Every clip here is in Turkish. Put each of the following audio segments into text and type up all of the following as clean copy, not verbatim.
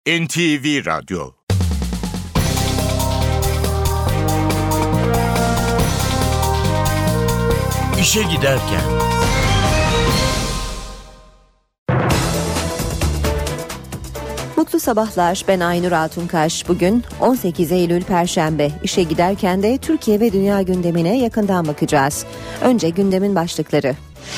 NTV Radyo. İşe giderken. Mutlu sabahlar, ben Aynur Altunkaş. Bugün 18 Eylül Perşembe. İşe giderken de Türkiye ve dünya gündemine yakından bakacağız. Önce gündemin başlıkları.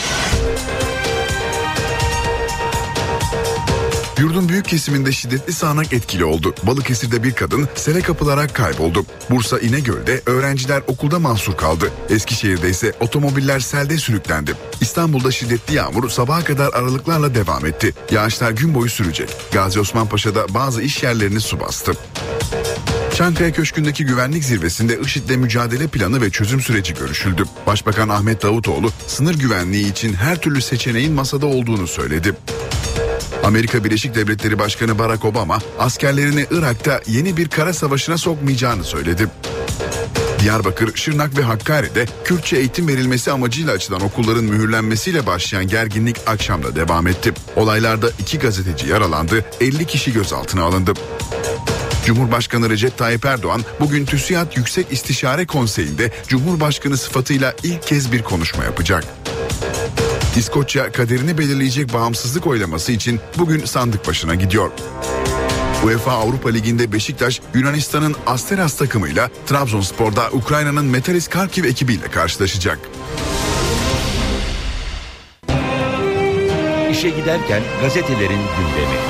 Yurdun büyük kesiminde şiddetli sağanak etkili oldu. Balıkesir'de bir kadın sele kapılarak kayboldu. Bursa İnegöl'de öğrenciler okulda mahsur kaldı. Eskişehir'de ise otomobiller selde sürüklendi. İstanbul'da şiddetli yağmur sabaha kadar aralıklarla devam etti. Yağışlar gün boyu sürecek. Gazi Osman Paşa'da bazı iş yerlerini su bastı. Çankaya Köşkü'ndeki güvenlik zirvesinde IŞİD'le mücadele planı ve çözüm süreci görüşüldü. Başbakan Ahmet Davutoğlu sınır güvenliği için her türlü seçeneğin masada olduğunu söyledi. Amerika Birleşik Devletleri Başkanı Barack Obama askerlerini Irak'ta yeni bir kara savaşına sokmayacağını söyledi. Diyarbakır, Şırnak ve Hakkari'de Kürtçe eğitim verilmesi amacıyla açılan okulların mühürlenmesiyle başlayan gerginlik akşamda devam etti. Olaylarda 2 gazeteci yaralandı, 50 kişi gözaltına alındı. Cumhurbaşkanı Recep Tayyip Erdoğan bugün TÜSİAD Yüksek İstişare Konseyi'nde Cumhurbaşkanı sıfatıyla ilk kez bir konuşma yapacak. İskoçya kaderini belirleyecek bağımsızlık oylaması için bugün sandık başına gidiyor. UEFA Avrupa Ligi'nde Beşiktaş, Yunanistan'ın Asteras takımıyla, Trabzonspor'da Ukrayna'nın Metalist Kharkiv ekibiyle karşılaşacak. İşe giderken gazetelerin gündemi.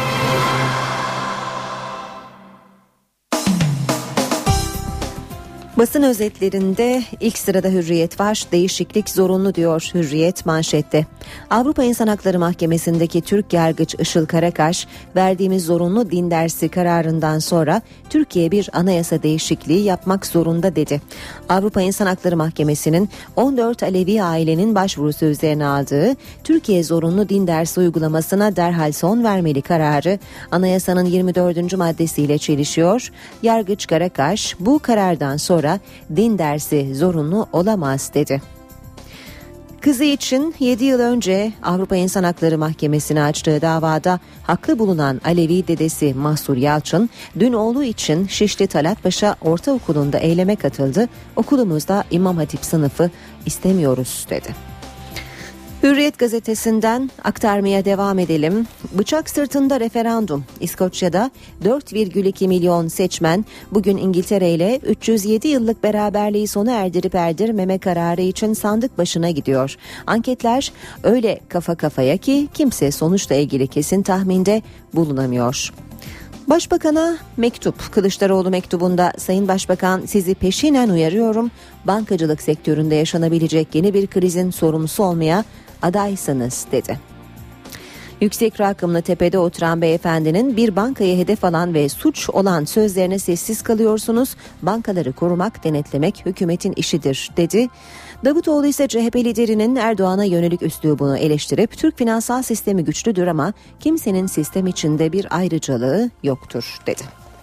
Basın özetlerinde ilk sırada Hürriyet var. Değişiklik zorunlu diyor Hürriyet manşette. Avrupa İnsan Hakları Mahkemesi'ndeki Türk yargıç Işıl Karakaş, verdiğimiz zorunlu din dersi kararından sonra Türkiye bir anayasa değişikliği yapmak zorunda dedi. Avrupa İnsan Hakları Mahkemesi'nin 14 Alevi ailenin başvurusu üzerine aldığı Türkiye zorunlu din dersi uygulamasına derhal son vermeli kararı anayasanın 24. maddesiyle çelişiyor. Yargıç Karakaş bu karardan sonra din dersi zorunlu olamaz dedi. Kızı için 7 yıl önce Avrupa İnsan Hakları Mahkemesi'ne açtığı davada haklı bulunan Alevi dedesi Mahsur Yalçın, dün oğlu için Şişli Talatpaşa Ortaokulu'nda eyleme katıldı. Okulumuzda İmam Hatip sınıfı istemiyoruz dedi. Hürriyet gazetesinden aktarmaya devam edelim. Bıçak sırtında referandum. İskoçya'da 4,2 milyon seçmen bugün İngiltere ile 307 yıllık beraberliği sona erdirmeme kararı için sandık başına gidiyor. Anketler öyle kafa kafaya ki kimse sonuçla ilgili kesin tahminde bulunamıyor. Başbakan'a mektup. Kılıçdaroğlu mektubunda Sayın Başbakan, sizi peşinen uyarıyorum. Bankacılık sektöründe yaşanabilecek yeni bir krizin sorumlusu olmaya adaysınız dedi. Yüksek rakımlı tepede oturan beyefendinin bir bankayı hedef alan ve suç olan sözlerine sessiz kalıyorsunuz. Bankaları korumak, denetlemek hükümetin işidir dedi. Davutoğlu ise CHP liderinin Erdoğan'a yönelik üslubunu eleştirip Türk finansal sistemi güçlüdür ama kimsenin sistem içinde bir ayrıcalığı yoktur dedi.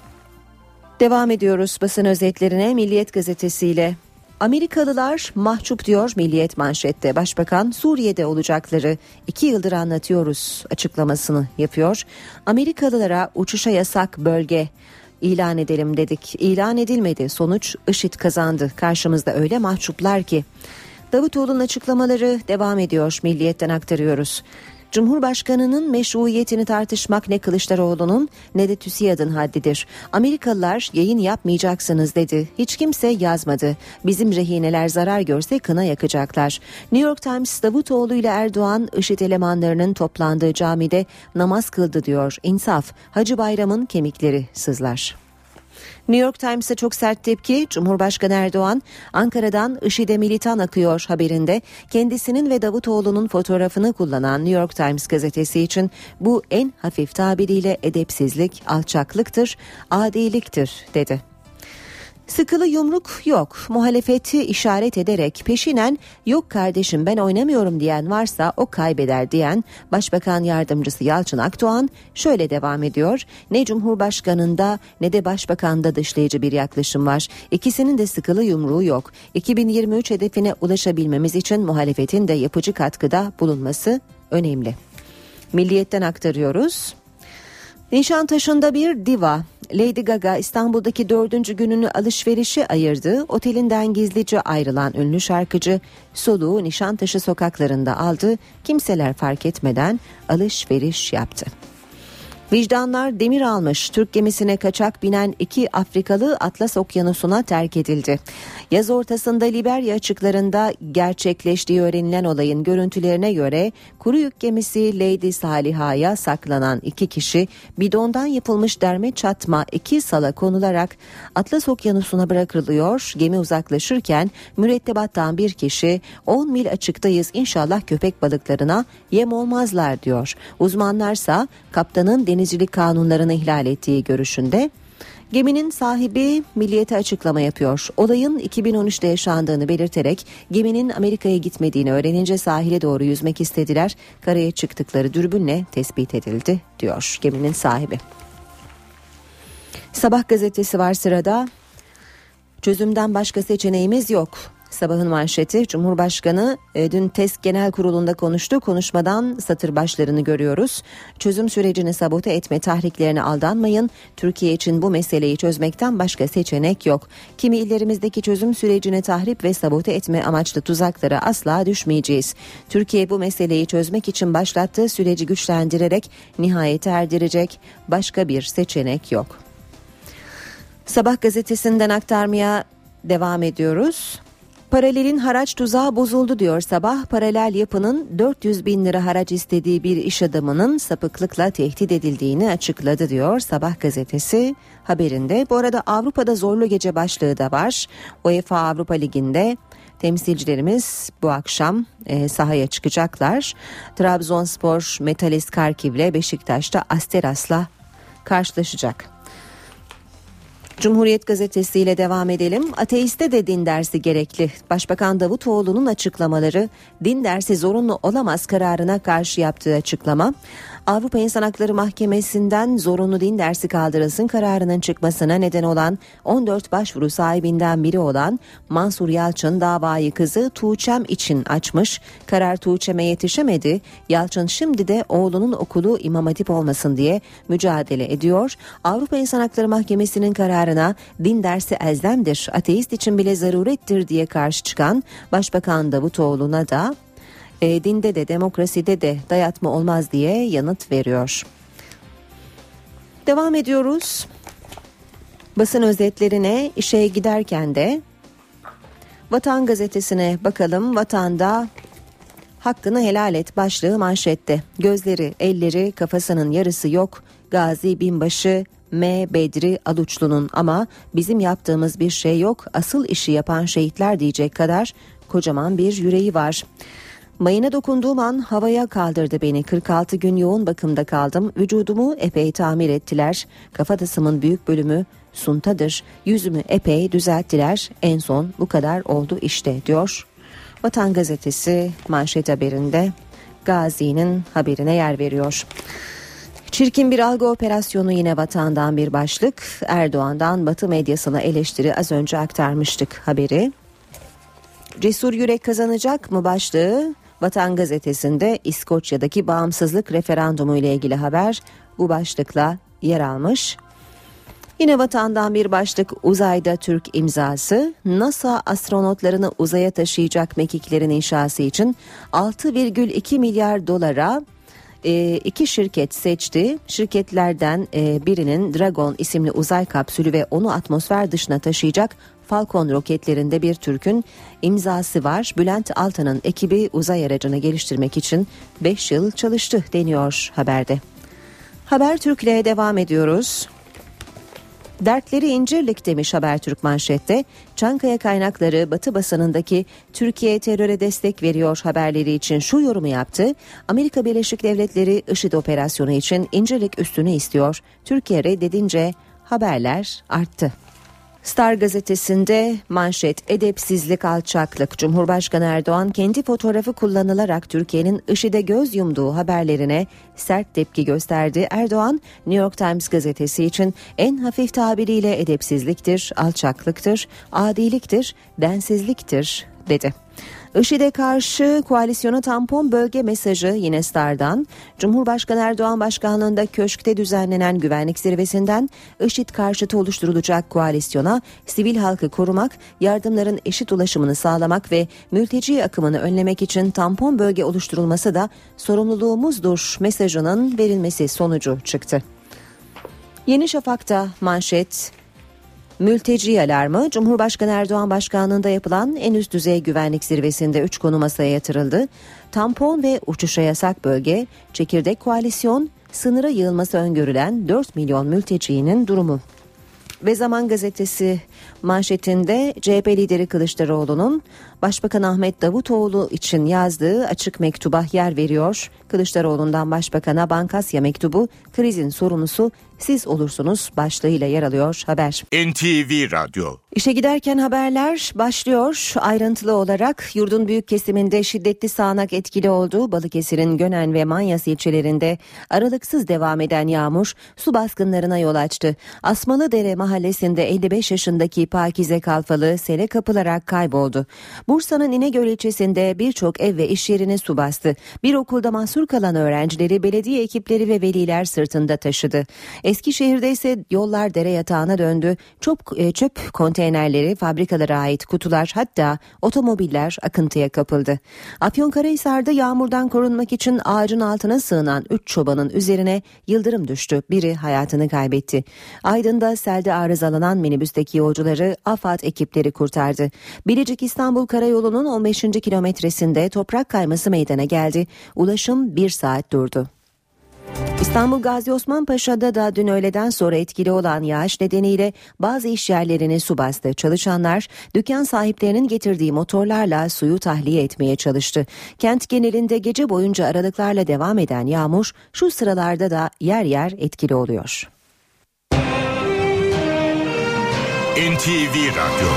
Devam ediyoruz basın özetlerine Milliyet gazetesiyle. Amerikalılar mahcup diyor Milliyet manşette. Başbakan Suriye'de olacakları 2 yıldır anlatıyoruz açıklamasını yapıyor. Amerikalılara uçuşa yasak bölge ilan edelim dedik. İlan edilmedi. Sonuç IŞİD kazandı. Karşımızda öyle mahcuplar ki. Davutoğlu'nun açıklamaları devam ediyor. Milliyet'ten aktarıyoruz. Cumhurbaşkanının meşruiyetini tartışmak ne Kılıçdaroğlu'nun ne de TÜSİAD'ın haddidir. Amerikalılar yayın yapmayacaksınız dedi. Hiç kimse yazmadı. Bizim rehineler zarar görse kına yakacaklar. New York Times, Davutoğlu ile Erdoğan IŞİD elemanlarının toplandığı camide namaz kıldı diyor. İnsaf, Hacı Bayram'ın kemikleri sızlar. New York Times'a çok sert tepki. Cumhurbaşkanı Erdoğan, Ankara'dan IŞİD'e militan akıyor haberinde kendisinin ve Davutoğlu'nun fotoğrafını kullanan New York Times gazetesi için bu en hafif tabiriyle edepsizlik, alçaklıktır, adiliktir dedi. Sıkılı yumruk yok. Muhalefeti işaret ederek peşinen yok kardeşim ben oynamıyorum diyen varsa o kaybeder diyen Başbakan Yardımcısı Yalçın Akdoğan şöyle devam ediyor. Ne Cumhurbaşkanı'nda ne de Başbakan'da dışlayıcı bir yaklaşım var. İkisinin de sıkılı yumruğu yok. 2023 hedefine ulaşabilmemiz için muhalefetin de yapıcı katkıda bulunması önemli. Milliyet'ten aktarıyoruz. Nişantaşı'nda bir diva Lady Gaga İstanbul'daki 4. gününü alışverişe ayırdı. Otelinden gizlice ayrılan ünlü şarkıcı soluğu Nişantaşı sokaklarında aldı. Kimseler fark etmeden alışveriş yaptı. Vicdanlar demir almış. Türk gemisine kaçak binen 2 Afrikalı Atlas Okyanusu'na terk edildi. Yaz ortasında Liberya açıklarında gerçekleştiği öğrenilen olayın görüntülerine göre kuru yük gemisi Lady Saliha'ya saklanan 2 kişi bidondan yapılmış derme çatma 2 sala konularak Atlas Okyanusu'na bırakılıyor. Gemi uzaklaşırken mürettebattan bir kişi 10 mil açıktayız, inşallah köpek balıklarına yem olmazlar diyor. Uzmanlarsa kaptanın denizcilik kanunlarını ihlal ettiği görüşünde. Geminin sahibi Milliyet'e açıklama yapıyor. Olayın 2013'te yaşandığını belirterek geminin Amerika'ya gitmediğini öğrenince sahile doğru yüzmek istediler. Karaya çıktıkları dürbünle tespit edildi diyor geminin sahibi. Sabah gazetesi var sırada. Çözümden başka seçeneğimiz yok. Sabahın manşeti, Cumhurbaşkanı dün TESK Genel Kurulu'nda konuştu. Konuşmadan satır başlarını görüyoruz. Çözüm sürecini sabote etme tahriklerine aldanmayın. Türkiye için bu meseleyi çözmekten başka seçenek yok. Kimi illerimizdeki çözüm sürecini tahrip ve sabote etme amaçlı tuzaklara asla düşmeyeceğiz. Türkiye bu meseleyi çözmek için başlattığı süreci güçlendirerek nihayete erdirecek. Başka bir seçenek yok. Sabah gazetesinden aktarmaya devam ediyoruz. Paralelin haraç tuzağı bozuldu diyor Sabah. Paralel yapının 400 bin lira haraç istediği bir iş adamının sapıklıkla tehdit edildiğini açıkladı diyor Sabah gazetesi haberinde. Bu arada Avrupa'da zorlu gece başlığı da var. UEFA Avrupa Ligi'nde temsilcilerimiz bu akşam sahaya çıkacaklar. Trabzonspor Metalist Karkiv'le, Beşiktaş'ta Asteras'la karşılaşacak. Cumhuriyet gazetesiyle devam edelim. Ateiste de din dersi gerekli. Başbakan Davutoğlu'nun açıklamaları din dersi zorunlu olamaz kararına karşı yaptığı açıklama. Avrupa İnsan Hakları Mahkemesi'nden zorunlu din dersi kaldırılsın kararının çıkmasına neden olan 14 başvuru sahibinden biri olan Mansur Yalçın davayı kızı Tuğçem için açmış. Karar Tuğçem'e yetişemedi. Yalçın şimdi de oğlunun okulu İmam Hatip olmasın diye mücadele ediyor. Avrupa İnsan Hakları Mahkemesi'nin kararına din dersi elzemdir, ateist için bile zarurettir diye karşı çıkan Başbakan Davutoğlu'na da dinde de demokraside de dayatma olmaz diye yanıt veriyor. Devam ediyoruz. Basın özetlerine, işe giderken de Vatan gazetesine bakalım. Vatan'da hakkını helal et başlığı manşette. Gözleri, elleri, kafasının yarısı yok. Gazi Binbaşı M. Bedri Aluçlu'nun ama bizim yaptığımız bir şey yok. Asıl işi yapan şehitler diyecek kadar kocaman bir yüreği var. Mayına dokunduğum an havaya kaldırdı beni. 46 gün yoğun bakımda kaldım. Vücudumu epey tamir ettiler. Kafatasımın büyük bölümü suntadır. Yüzümü epey düzelttiler. En son bu kadar oldu işte diyor. Vatan gazetesi manşet haberinde Gazi'nin haberine yer veriyor. Çirkin bir algı operasyonu yine Vatan'dan bir başlık. Erdoğan'dan Batı medyasına eleştiri az önce aktarmıştık haberi. Cesur yürek kazanacak mı başlığı Vatan gazetesinde İskoçya'daki bağımsızlık referandumu ile ilgili haber bu başlıkla yer almış. Yine Vatan'dan bir başlık uzayda Türk imzası. NASA astronotlarını uzaya taşıyacak mekiklerin inşası için 6,2 milyar dolara 2 şirket seçti. Şirketlerden birinin Dragon isimli uzay kapsülü ve onu atmosfer dışına taşıyacak Falcon roketlerinde bir Türk'ün imzası var. Bülent Altan'ın ekibi uzay aracını geliştirmek için 5 yıl çalıştı deniyor haberde. Habertürk'le devam ediyoruz. Dertleri İncirlik demiş Habertürk manşette. Çankaya kaynakları Batı basınındaki Türkiye teröre destek veriyor haberleri için şu yorumu yaptı. Amerika Birleşik Devletleri IŞİD operasyonu için İncirlik üstünü istiyor. Türkiye reddedince haberler arttı. Star gazetesinde manşet edepsizlik, alçaklık. Cumhurbaşkanı Erdoğan kendi fotoğrafı kullanılarak Türkiye'nin IŞİD'e göz yumduğu haberlerine sert tepki gösterdi. Erdoğan New York Times gazetesi için en hafif tabiriyle edepsizliktir, alçaklıktır, adiliktir, densizliktir dedi. IŞİD'e karşı koalisyona tampon bölge mesajı yine Star'dan. Cumhurbaşkanı Erdoğan başkanlığında Köşk'te düzenlenen güvenlik zirvesinden IŞİD karşıtı oluşturulacak koalisyona sivil halkı korumak, yardımların eşit ulaşımını sağlamak ve mülteci akımını önlemek için tampon bölge oluşturulması da sorumluluğumuzdur mesajının verilmesi sonucu çıktı. Yeni Şafak'ta manşet: mülteci alarmı. Cumhurbaşkanı Erdoğan başkanlığında yapılan en üst düzey güvenlik zirvesinde 3 konu masaya yatırıldı. Tampon ve uçuşa yasak bölge, çekirdek koalisyon, sınıra yığılması öngörülen 4 milyon mültecinin durumu. Ve Zaman Gazetesi manşetinde CHP lideri Kılıçdaroğlu'nun Başbakan Ahmet Davutoğlu için yazdığı açık mektuba yer veriyor. Kılıçdaroğlu'ndan Başbakan'a Bankasya mektubu, krizin sorumlusu siz olursunuz başlığıyla yer alıyor haber. NTV Radyo. İşe giderken haberler başlıyor. Ayrıntılı olarak yurdun büyük kesiminde şiddetli sağanak etkili olduğu Balıkesir'in Gönen ve Manyas ilçelerinde aralıksız devam eden yağmur su baskınlarına yol açtı. Asmalıdere mahallesinde 55 yaşındaki Pakize Kalfalı sele kapılarak kayboldu. Bursa'nın İnegöl ilçesinde birçok ev ve iş yerini su bastı. Bir okulda mahsur kalan öğrencileri belediye ekipleri ve veliler sırtında taşıdı. Eskişehir'de ise yollar dere yatağına döndü. Çöp konteynerleri, fabrikalara ait kutular, hatta otomobiller akıntıya kapıldı. Afyonkarahisar'da yağmurdan korunmak için ağacın altına sığınan 3 çobanın üzerine yıldırım düştü. Biri hayatını kaybetti. Aydın'da selde arızalanan minibüsteki yolcuları AFAD ekipleri kurtardı. Bilecik İstanbul Karayolu'nun 15. kilometresinde toprak kayması meydana geldi. Ulaşım 1 saat durdu. İstanbul Gazi Osman Paşa'da da dün öğleden sonra etkili olan yağış nedeniyle bazı iş yerlerini su bastı. Çalışanlar dükkan sahiplerinin getirdiği motorlarla suyu tahliye etmeye çalıştı. Kent genelinde gece boyunca aralıklarla devam eden yağmur şu sıralarda da yer yer etkili oluyor. NTV Radyo.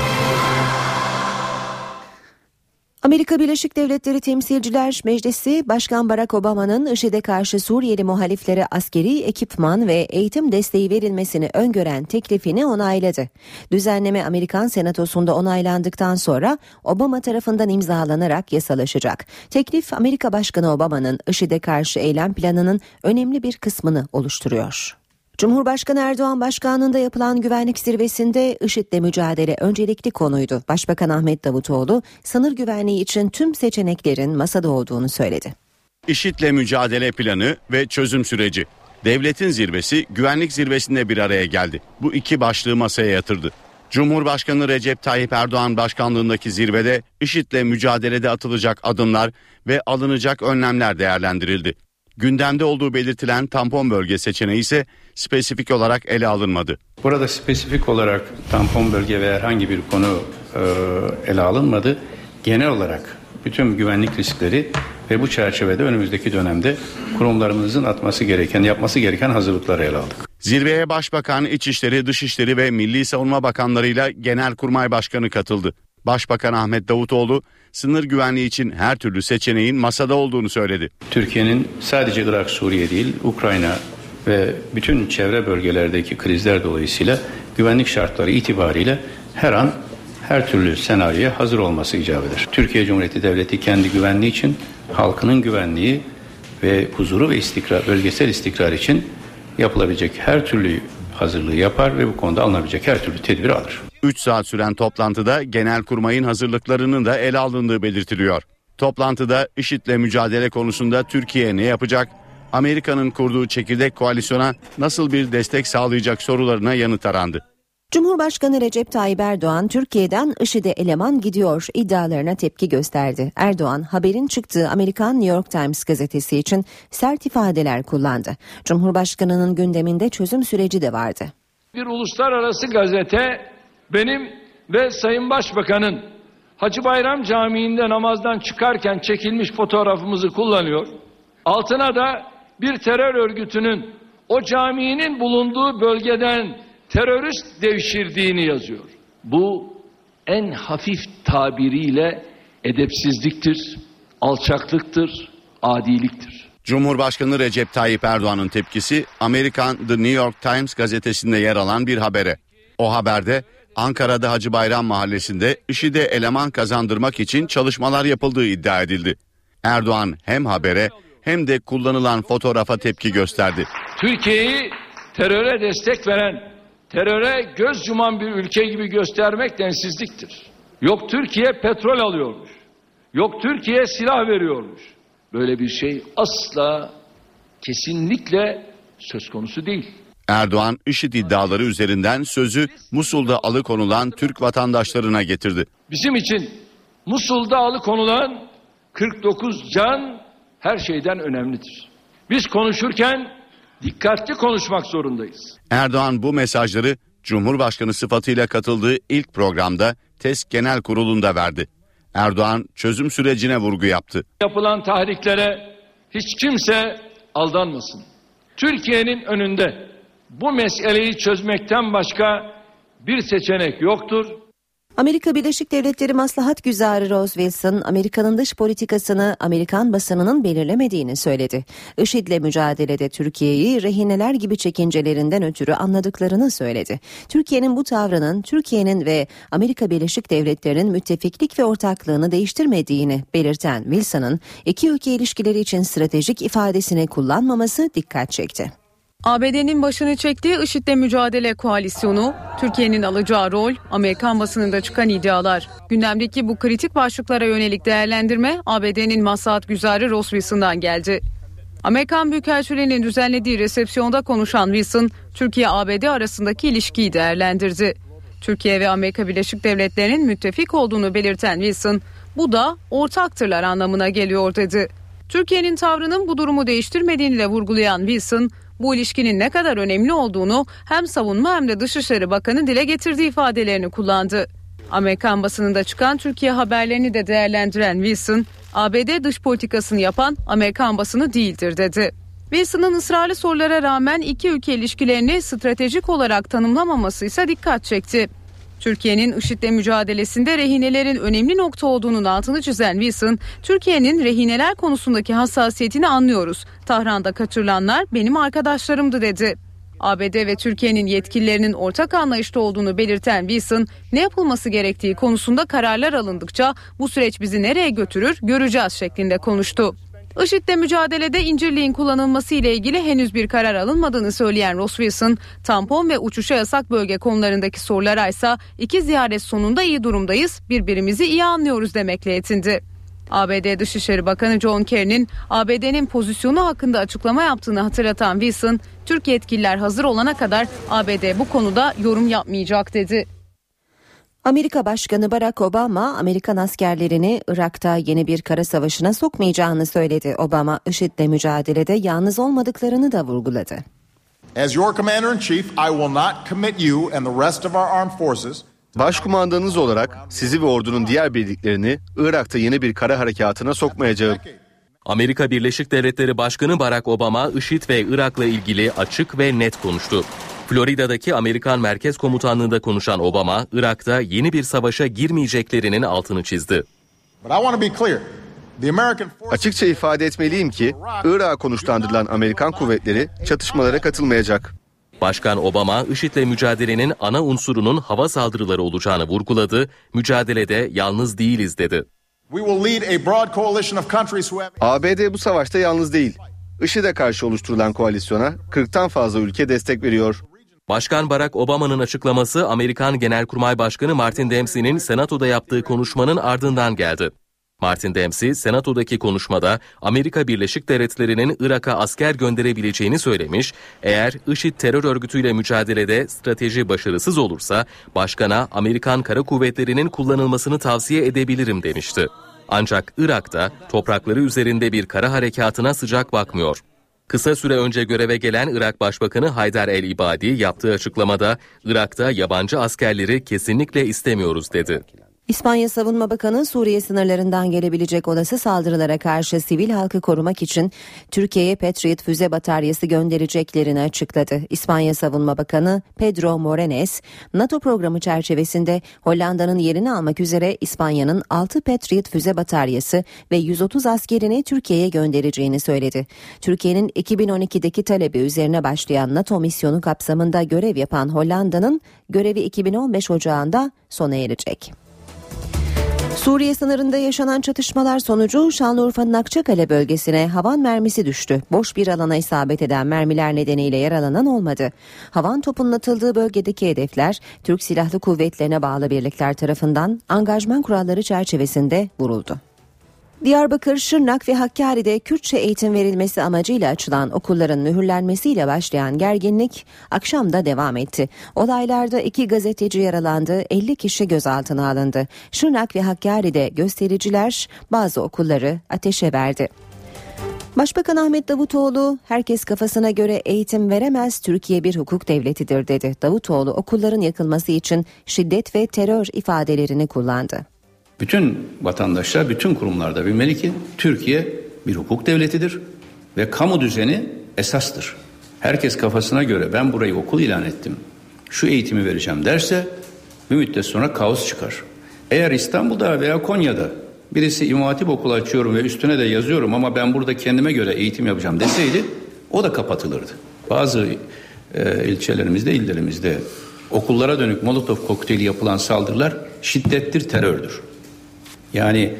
Amerika Birleşik Devletleri Temsilciler Meclisi, Başkan Barack Obama'nın IŞİD'e karşı Suriyeli muhaliflere askeri ekipman ve eğitim desteği verilmesini öngören teklifini onayladı. Düzenleme Amerikan Senatosu'nda onaylandıktan sonra Obama tarafından imzalanarak yasalaşacak. Teklif, Amerika Başkanı Obama'nın IŞİD'e karşı eylem planının önemli bir kısmını oluşturuyor. Cumhurbaşkanı Erdoğan başkanlığında yapılan güvenlik zirvesinde IŞİD'le mücadele öncelikli konuydu. Başbakan Ahmet Davutoğlu, sınır güvenliği için tüm seçeneklerin masada olduğunu söyledi. IŞİD'le mücadele planı ve çözüm süreci. Devletin zirvesi güvenlik zirvesinde bir araya geldi. Bu iki başlığı masaya yatırdı. Cumhurbaşkanı Recep Tayyip Erdoğan başkanlığındaki zirvede IŞİD'le mücadelede atılacak adımlar ve alınacak önlemler değerlendirildi. Gündemde olduğu belirtilen tampon bölge seçeneği ise spesifik olarak ele alınmadı. Burada spesifik olarak tampon bölge ve herhangi bir konu ele alınmadı. Genel olarak bütün güvenlik riskleri ve bu çerçevede önümüzdeki dönemde kurumlarımızın yapması gereken hazırlıkları ele aldık. Zirveye Başbakan, İçişleri, Dışişleri ve Milli Savunma Bakanlarıyla Genelkurmay Başkanı katıldı. Başbakan Ahmet Davutoğlu, sınır güvenliği için her türlü seçeneğin masada olduğunu söyledi. Türkiye'nin sadece Irak, Suriye değil, Ukrayna ve bütün çevre bölgelerdeki krizler dolayısıyla güvenlik şartları itibariyle her an her türlü senaryoya hazır olması icap eder. Türkiye Cumhuriyeti Devleti kendi güvenliği için, halkının güvenliği ve huzuru ve istikrar, bölgesel istikrar için yapılabilecek her türlü hazırlığı yapar ve bu konuda alınabilecek her türlü tedbiri alır. 3 saat süren toplantıda Genelkurmay'ın hazırlıklarının da ele alındığı belirtiliyor. Toplantıda IŞİD'le mücadele konusunda Türkiye ne yapacak, Amerika'nın kurduğu çekirdek koalisyona nasıl bir destek sağlayacak sorularına yanıt arandı. Cumhurbaşkanı Recep Tayyip Erdoğan, Türkiye'den IŞİD'e eleman gidiyor iddialarına tepki gösterdi. Erdoğan, haberin çıktığı Amerikan New York Times gazetesi için sert ifadeler kullandı. Cumhurbaşkanının gündeminde çözüm süreci de vardı. Bir uluslararası gazete benim ve Sayın Başbakan'ın Hacı Bayram Camii'nde namazdan çıkarken çekilmiş fotoğrafımızı kullanıyor. Altına da bir terör örgütünün o caminin bulunduğu bölgeden terörist devşirdiğini yazıyor. Bu en hafif tabiriyle edepsizliktir, alçaklıktır, adiliktir. Cumhurbaşkanı Recep Tayyip Erdoğan'ın tepkisi Amerikan The New York Times gazetesinde yer alan bir habere. O haberde Ankara'da Hacı Bayram Mahallesi'nde IŞİD'e eleman kazandırmak için çalışmalar yapıldığı iddia edildi. Erdoğan hem habere hem de kullanılan fotoğrafa tepki gösterdi. Türkiye'yi teröre destek veren, teröre göz yuman bir ülke gibi göstermek densizliktir. Yok Türkiye petrol alıyormuş, yok Türkiye silah veriyormuş. Böyle bir şey asla, kesinlikle söz konusu değil. Erdoğan, IŞİD iddiaları üzerinden sözü Musul'da alıkonulan Türk vatandaşlarına getirdi. Bizim için Musul'da alıkonulan 49 can her şeyden önemlidir. Biz konuşurken dikkatli konuşmak zorundayız. Erdoğan bu mesajları Cumhurbaşkanı sıfatıyla katıldığı ilk programda TESK Genel Kurulu'nda verdi. Erdoğan çözüm sürecine vurgu yaptı. Yapılan tahriklere hiç kimse aldanmasın. Türkiye'nin önünde bu meseleyi çözmekten başka bir seçenek yoktur. Amerika Birleşik Devletleri Maslahatgüzarı Ross Wilson, Amerika'nın dış politikasını Amerikan basınının belirlemediğini söyledi. IŞİD'le mücadelede Türkiye'yi rehineler gibi çekincelerinden ötürü anladıklarını söyledi. Türkiye'nin bu tavrının Türkiye'nin ve Amerika Birleşik Devletleri'nin müttefiklik ve ortaklığını değiştirmediğini belirten Wilson'ın iki ülke ilişkileri için stratejik ifadesini kullanmaması dikkat çekti. ABD'nin başını çektiği IŞİD'le mücadele koalisyonu, Türkiye'nin alacağı rol, Amerikan basınında çıkan iddialar. Gündemdeki bu kritik başlıklara yönelik değerlendirme ABD'nin Maslahatgüzarı Ross Wilson'dan geldi. Amerikan Büyükelçiliği'nin düzenlediği resepsiyonda konuşan Wilson, Türkiye-ABD arasındaki ilişkiyi değerlendirdi. Türkiye ve Amerika Birleşik Devletleri'nin müttefik olduğunu belirten Wilson, bu da ortaktırlar anlamına geliyor dedi. Türkiye'nin tavrının bu durumu değiştirmediğini de vurgulayan Wilson, bu ilişkinin ne kadar önemli olduğunu hem savunma hem de Dışişleri Bakanı dile getirdiği ifadelerini kullandı. Amerikan basınında çıkan Türkiye haberlerini de değerlendiren Wilson, ABD dış politikasını yapan Amerikan basını değildir dedi. Wilson'ın ısrarlı sorulara rağmen iki ülke ilişkilerini stratejik olarak tanımlamaması ise dikkat çekti. Türkiye'nin IŞİD'le mücadelesinde rehinelerin önemli nokta olduğunun altını çizen Wilson, Türkiye'nin rehineler konusundaki hassasiyetini anlıyoruz. Tahran'da kaçırılanlar benim arkadaşlarımdı dedi. ABD ve Türkiye'nin yetkililerinin ortak anlayışta olduğunu belirten Wilson, ne yapılması gerektiği konusunda kararlar alındıkça bu süreç bizi nereye götürür göreceğiz şeklinde konuştu. IŞİD'le mücadelede incirliğin kullanılması ile ilgili henüz bir karar alınmadığını söyleyen Ross Wilson, tampon ve uçuşa yasak bölge konularındaki sorulara ise iki ziyaret sonunda iyi durumdayız, birbirimizi iyi anlıyoruz demekle yetindi. ABD Dışişleri Bakanı John Kerry'nin ABD'nin pozisyonu hakkında açıklama yaptığını hatırlatan Wilson, Türk yetkililer hazır olana kadar ABD bu konuda yorum yapmayacak dedi. Amerika Başkanı Barack Obama, Amerikan askerlerini Irak'ta yeni bir kara savaşına sokmayacağını söyledi. Obama, IŞİD'le mücadelede yalnız olmadıklarını da vurguladı. As your commander-in-chief, I will not commit you and the rest of our armed forces. Başkumandanınız olarak sizi ve ordunun diğer birliklerini Irak'ta yeni bir kara harekatına sokmayacağım. Amerika Birleşik Devletleri Başkanı Barack Obama, IŞİD ve Irak'la ilgili açık ve net konuştu. Florida'daki Amerikan Merkez Komutanlığı'nda konuşan Obama, Irak'ta yeni bir savaşa girmeyeceklerinin altını çizdi. Açıkça ifade etmeliyim ki, Irak'a konuşlandırılan Amerikan kuvvetleri çatışmalara katılmayacak. Başkan Obama, IŞİD'le mücadelenin ana unsurunun hava saldırıları olacağını vurguladı, mücadelede yalnız değiliz dedi. ABD bu savaşta yalnız değil. IŞİD'e karşı oluşturulan koalisyona 40'tan fazla ülke destek veriyor. Başkan Barack Obama'nın açıklaması Amerikan Genelkurmay Başkanı Martin Dempsey'nin Senato'da yaptığı konuşmanın ardından geldi. Martin Dempsey, Senato'daki konuşmada Amerika Birleşik Devletleri'nin Irak'a asker gönderebileceğini söylemiş, eğer IŞİD terör örgütüyle mücadelede strateji başarısız olursa başkana Amerikan Kara Kuvvetleri'nin kullanılmasını tavsiye edebilirim demişti. Ancak Irak'ta toprakları üzerinde bir kara harekatına sıcak bakmıyor. Kısa süre önce göreve gelen Irak Başbakanı Haydar el-İbadi yaptığı açıklamada Irak'ta yabancı askerleri kesinlikle istemiyoruz dedi. İspanya Savunma Bakanı Suriye sınırlarından gelebilecek olası saldırılara karşı sivil halkı korumak için Türkiye'ye Patriot füze bataryası göndereceklerini açıkladı. İspanya Savunma Bakanı Pedro Morenes, NATO programı çerçevesinde Hollanda'nın yerini almak üzere İspanya'nın 6 Patriot füze bataryası ve 130 askerini Türkiye'ye göndereceğini söyledi. Türkiye'nin 2012'deki talebi üzerine başlayan NATO misyonu kapsamında görev yapan Hollanda'nın görevi 2015 Ocağı'nda sona erecek. Suriye sınırında yaşanan çatışmalar sonucu Şanlıurfa'nın Akçakale bölgesine havan mermisi düştü. Boş bir alana isabet eden mermiler nedeniyle yaralanan olmadı. Havan topunun atıldığı bölgedeki hedefler Türk Silahlı Kuvvetlerine bağlı birlikler tarafından angajman kuralları çerçevesinde vuruldu. Diyarbakır, Şırnak ve Hakkari'de Kürtçe eğitim verilmesi amacıyla açılan okulların mühürlenmesiyle başlayan gerginlik akşam da devam etti. Olaylarda 2 gazeteci yaralandı, 50 kişi gözaltına alındı. Şırnak ve Hakkari'de göstericiler bazı okulları ateşe verdi. Başbakan Ahmet Davutoğlu, herkes kafasına göre eğitim veremez, Türkiye bir hukuk devletidir dedi. Davutoğlu okulların yakılması için şiddet ve terör ifadelerini kullandı. Bütün vatandaşlar, bütün kurumlarda bilmeli ki Türkiye bir hukuk devletidir ve kamu düzeni esastır. Herkes kafasına göre ben burayı okul ilan ettim, şu eğitimi vereceğim derse bir müddet sonra kaos çıkar. Eğer İstanbul'da veya Konya'da birisi İmam Hatip okulu açıyorum ve üstüne de yazıyorum ama ben burada kendime göre eğitim yapacağım deseydi o da kapatılırdı. Bazı ilçelerimizde, illerimizde okullara dönük Molotov kokteyli yapılan saldırılar şiddettir, terördür. Yani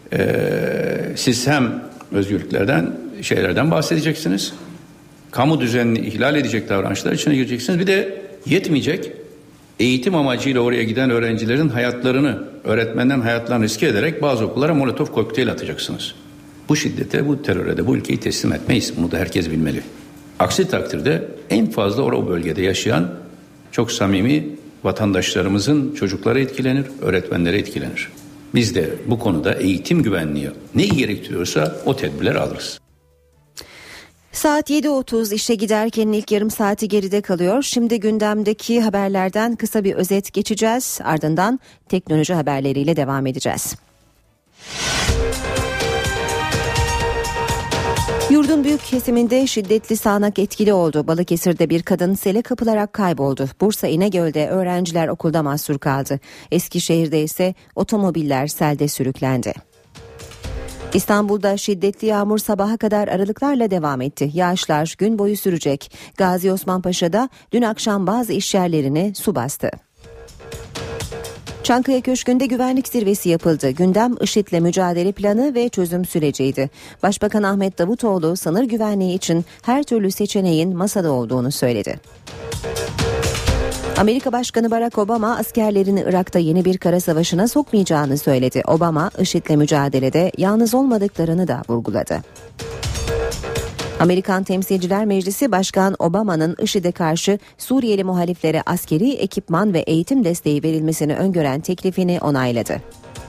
siz hem özgürlüklerden bahsedeceksiniz, kamu düzenini ihlal edecek davranışlar içine gireceksiniz. Bir de yetmeyecek, eğitim amacıyla oraya giden öğrencilerin hayatlarını, öğretmenlerin hayatlarını riske ederek bazı okullara Molotov kokteyl atacaksınız. Bu şiddete, bu teröre de bu ülkeyi teslim etmeyiz. Bunu da herkes bilmeli. Aksi takdirde en fazla o bölgede yaşayan çok samimi vatandaşlarımızın çocukları etkilenir, öğretmenleri etkilenir. Biz de bu konuda eğitim güvenliği neyi gerektiriyorsa o tedbirleri alırız. Saat 7.30 işe giderken ilk yarım saati geride kalıyor. Şimdi gündemdeki haberlerden kısa bir özet geçeceğiz. Ardından teknoloji haberleriyle devam edeceğiz. Yurdun büyük kesiminde şiddetli sağanak etkili oldu. Balıkesir'de bir kadın sele kapılarak kayboldu. Bursa İnegöl'de öğrenciler okulda mahsur kaldı. Eskişehir'de ise otomobiller selde sürüklendi. İstanbul'da şiddetli yağmur sabaha kadar aralıklarla devam etti. Yağışlar gün boyu sürecek. Gazi Osman Paşa'da dün akşam bazı işyerlerini su bastı. Çankaya Köşkü'nde güvenlik zirvesi yapıldı. Gündem IŞİD'le mücadele planı ve çözüm süreciydi. Başbakan Ahmet Davutoğlu sınır güvenliği için her türlü seçeneğin masada olduğunu söyledi. Amerika Başkanı Barack Obama askerlerini Irak'ta yeni bir kara savaşına sokmayacağını söyledi. Obama IŞİD'le mücadelede yalnız olmadıklarını da vurguladı. Amerikan Temsilciler Meclisi Başkan Obama'nın IŞİD'e karşı Suriyeli muhaliflere askeri ekipman ve eğitim desteği verilmesini öngören teklifini onayladı.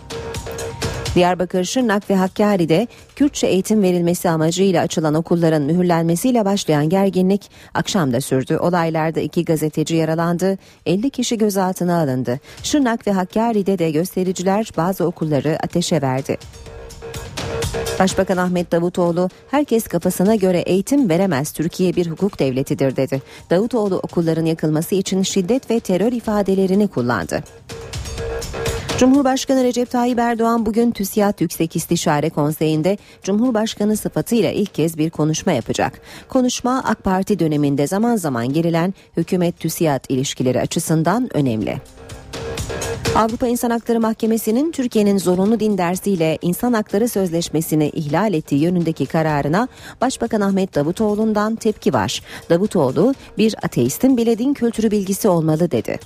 Diyarbakır, Şırnak ve Hakkari'de Kürtçe eğitim verilmesi amacıyla açılan okulların mühürlenmesiyle başlayan gerginlik akşam da sürdü. Olaylarda 2 gazeteci yaralandı, 50 kişi gözaltına alındı. Şırnak ve Hakkari'de de göstericiler bazı okulları ateşe verdi. Başbakan Ahmet Davutoğlu, herkes kafasına göre eğitim veremez, Türkiye bir hukuk devletidir dedi. Davutoğlu okulların yakılması için şiddet ve terör ifadelerini kullandı. Cumhurbaşkanı Recep Tayyip Erdoğan bugün TÜSİAD Yüksek İstişare Konseyi'nde Cumhurbaşkanı sıfatıyla ilk kez bir konuşma yapacak. Konuşma AK Parti döneminde zaman zaman gerilen hükümet-TÜSİAD ilişkileri açısından önemli. Avrupa İnsan Hakları Mahkemesi'nin Türkiye'nin zorunlu din dersiyle insan hakları sözleşmesini ihlal ettiği yönündeki kararına Başbakan Ahmet Davutoğlu'ndan tepki var. Davutoğlu, bir ateistin bile din kültürü bilgisi olmalı dedi.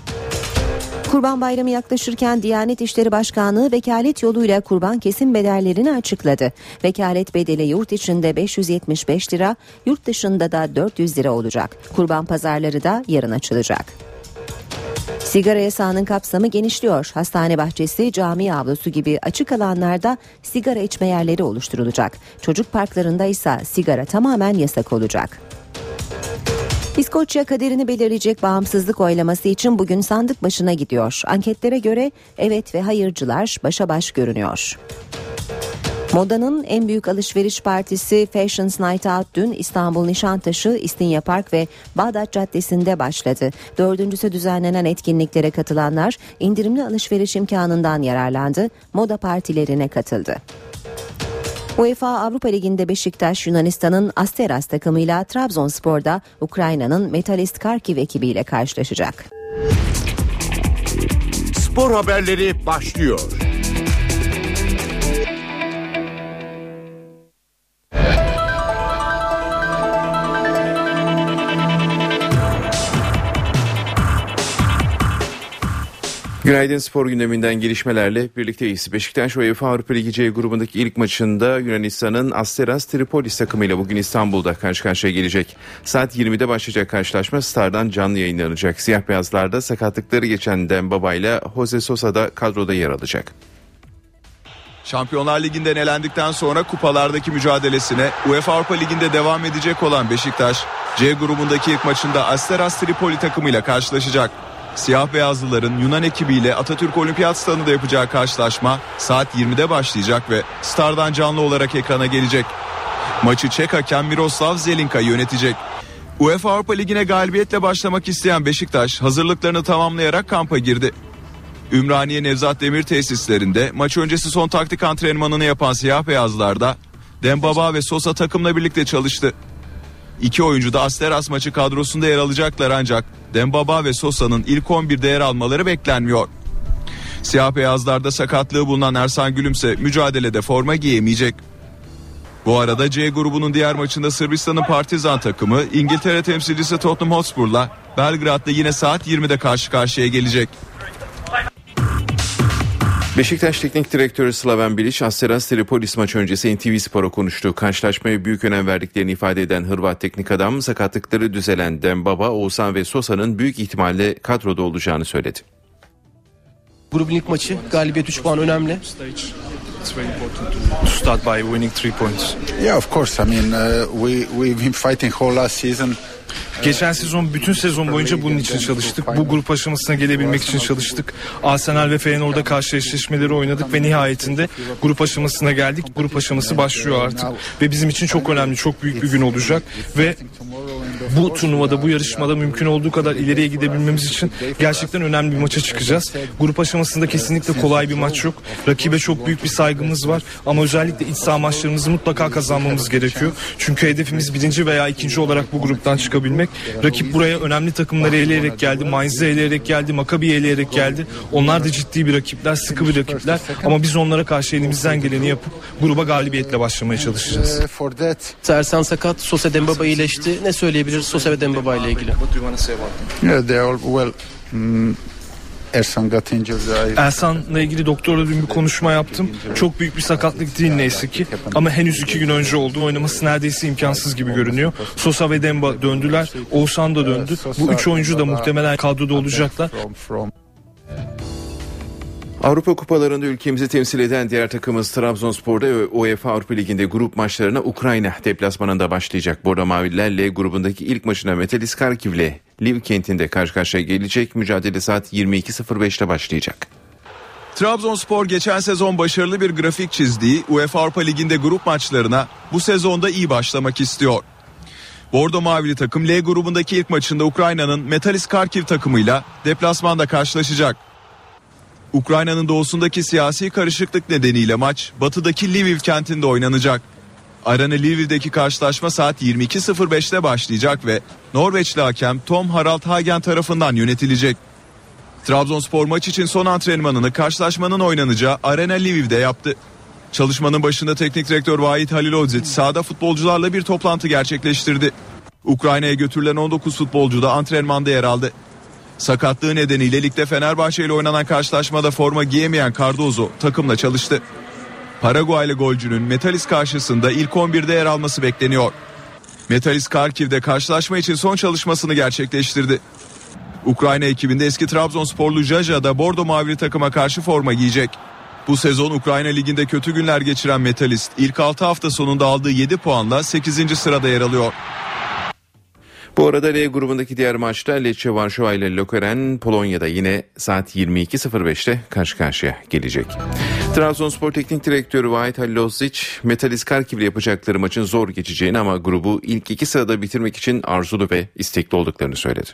Kurban Bayramı yaklaşırken Diyanet İşleri Başkanlığı vekalet yoluyla kurban kesim bedellerini açıkladı. Vekalet bedeli yurt içinde 575 lira, yurt dışında da 400 lira olacak. Kurban pazarları da yarın açılacak. Sigara yasağının kapsamı genişliyor. Hastane bahçesi, cami avlusu gibi açık alanlarda sigara içme yerleri oluşturulacak. Çocuk parklarında ise sigara tamamen yasak olacak. İskoçya kaderini belirleyecek bağımsızlık oylaması için bugün sandık başına gidiyor. Anketlere göre evet ve hayırcılar başa baş görünüyor. Modanın en büyük alışveriş partisi Fashions Night Out dün İstanbul Nişantaşı, İstinye Park ve Bağdat Caddesi'nde başladı. Dördüncüsü düzenlenen etkinliklere katılanlar indirimli alışveriş imkanından yararlandı, moda partilerine katıldı. UEFA Avrupa Ligi'nde Beşiktaş Yunanistan'ın Asteras takımıyla, Trabzonspor'da Ukrayna'nın Metalist Kharkiv ekibiyle karşılaşacak. Spor haberleri başlıyor. Günaydın, spor gündeminden gelişmelerle birlikteyiz. Beşiktaş UEFA Avrupa Ligi C grubundaki ilk maçında Yunanistan'ın Asteras Tripolis takımıyla bugün İstanbul'da karşı karşıya gelecek. Saat 20'de başlayacak karşılaşma Star'dan canlı yayınlanacak. Siyah beyazlarda sakatlıkları geçen Dembaba ile Jose Sosa da kadroda yer alacak. Şampiyonlar Ligi'nden elendikten sonra kupalardaki mücadelesine UEFA Avrupa Ligi'nde devam edecek olan Beşiktaş, C grubundaki ilk maçında Asteras Tripoli takımıyla karşılaşacak. Siyah beyazlıların Yunan ekibiyle Atatürk Olimpiyat Stadı'nda yapacağı karşılaşma saat 20'de başlayacak ve Star'dan canlı olarak ekrana gelecek. Maçı Çek hakem Miroslav Zelinka yönetecek. UEFA Avrupa Ligi'ne galibiyetle başlamak isteyen Beşiktaş hazırlıklarını tamamlayarak kampa girdi. Ümraniye Nevzat Demir tesislerinde maç öncesi son taktik antrenmanını yapan siyah beyazlarda Dembaba ve Sosa takımla birlikte çalıştı. İki oyuncu da Asteras maçı kadrosunda yer alacaklar, ancak Dembaba ve Sosa'nın ilk 11'de yer almaları beklenmiyor. Siyah beyazlarda sakatlığı bulunan Ersan Gülümse mücadelede forma giyemeyecek. Bu arada C grubunun diğer maçında Sırbistan'ın Partizan takımı İngiltere temsilcisi Tottenham Hotspur'la Belgrad'da yine saat 20'de karşı karşıya gelecek. Beşiktaş Teknik Direktörü Slaven Bilic, Asteras Tripolis maç öncesi NTV Spor'a konuştu. Karşılaşmaya büyük önem verdiklerini ifade eden Hırvat teknik adam, sakatlıkları düzelen Dembaba, Oğuzhan ve Sosa'nın büyük ihtimalle kadroda olacağını söyledi. Grubun ilk maçı, galibiyet 3 puan önemli. To start by winning 3 points. Yeah, of course. I mean, we've been fighting whole last season. Geçen sezon bütün sezon boyunca bunun için çalıştık. Bu grup aşamasına gelebilmek için çalıştık. Arsenal ve Feyenoord'da karşı eşleşmeleri oynadık ve nihayetinde grup aşamasına geldik. Grup aşaması başlıyor artık ve bizim için çok önemli, çok büyük bir gün olacak ve bu turnuvada, bu yarışmada mümkün olduğu kadar ileriye gidebilmemiz için gerçekten önemli bir maça çıkacağız. Grup aşamasında kesinlikle kolay bir maç yok. Rakibe çok büyük bir saygımız var ama özellikle iç saha maçlarımızı mutlaka kazanmamız gerekiyor. Çünkü hedefimiz 1. veya 2. olarak bu gruptan çıkabilmek. Rakip buraya önemli takımları eleyerek geldi. Mainz'i eleyerek geldi. Maccabi'yi eleyerek geldi. Onlar da ciddi bir rakipler, sıkı bir rakipler. Ama biz onlara karşı elimizden geleni yapıp gruba galibiyetle başlamaya çalışacağız. Ersan sakat, Sosa Dembaba iyileşti. Ne söyleyebiliriz Sosa ve Dembaba ile ilgili? Yeah, they are well. Ersan'la ilgili doktorla dün bir konuşma yaptım. Çok büyük bir sakatlık değil neyse ki. Ama henüz 2 gün önce oldu. Oynaması neredeyse imkansız gibi görünüyor. Sosa ve Demba döndüler. Oğuzhan da döndü. Bu 3 oyuncu da muhtemelen kadroda olacaklar. Avrupa kupalarında ülkemizi temsil eden diğer takımımız Trabzonspor'da UEFA Avrupa Ligi'nde grup maçlarına Ukrayna deplasmanında başlayacak. Bordo Mavililerle grubundaki ilk maçına Metalist Kharkiv'le Lviv kentinde karşı karşıya gelecek. Mücadele saat 22.05'te başlayacak. Trabzonspor geçen sezon başarılı bir grafik çizdiği UEFA Avrupa Ligi'nde grup maçlarına bu sezonda iyi başlamak istiyor. Bordo Mavili takım L grubundaki ilk maçında Ukrayna'nın Metalist Kharkiv takımıyla deplasmanda karşılaşacak. Ukrayna'nın doğusundaki siyasi karışıklık nedeniyle maç batıdaki Lviv kentinde oynanacak. Arena Lviv'deki karşılaşma saat 22.05'te başlayacak ve Norveçli hakem Tom Harald Hagen tarafından yönetilecek. Trabzonspor maç için son antrenmanını karşılaşmanın oynanacağı Arena Lviv'de yaptı. Çalışmanın başında teknik direktör Vahit Halilodzic sahada futbolcularla bir toplantı gerçekleştirdi. Ukrayna'ya götürülen 19 futbolcu da antrenmanda yer aldı. Sakatlığı nedeniyle ligde Fenerbahçe ile oynanan karşılaşmada forma giyemeyen Cardozo takımla çalıştı. Paraguaylı golcünün Metalist karşısında ilk 11'de yer alması bekleniyor. Metalist Kharkiv'de karşılaşma için son çalışmasını gerçekleştirdi. Ukrayna ekibinde eski Trabzonsporlu Jaja da Bordo Mavili takıma karşı forma giyecek. Bu sezon Ukrayna Ligi'nde kötü günler geçiren Metalist ilk 6 hafta sonunda aldığı 7 puanla 8. sırada yer alıyor. Bu arada L grubundaki diğer maçta Lecce Varşova ile Lokeren Polonya'da yine saat 22.05'te karşı karşıya gelecek. Trabzonspor Teknik Direktörü Vahit Halilhodzic, Metalist Karkiv'le yapacakları maçın zor geçeceğini ama grubu ilk 2 sırada bitirmek için arzulu ve istekli olduklarını söyledi.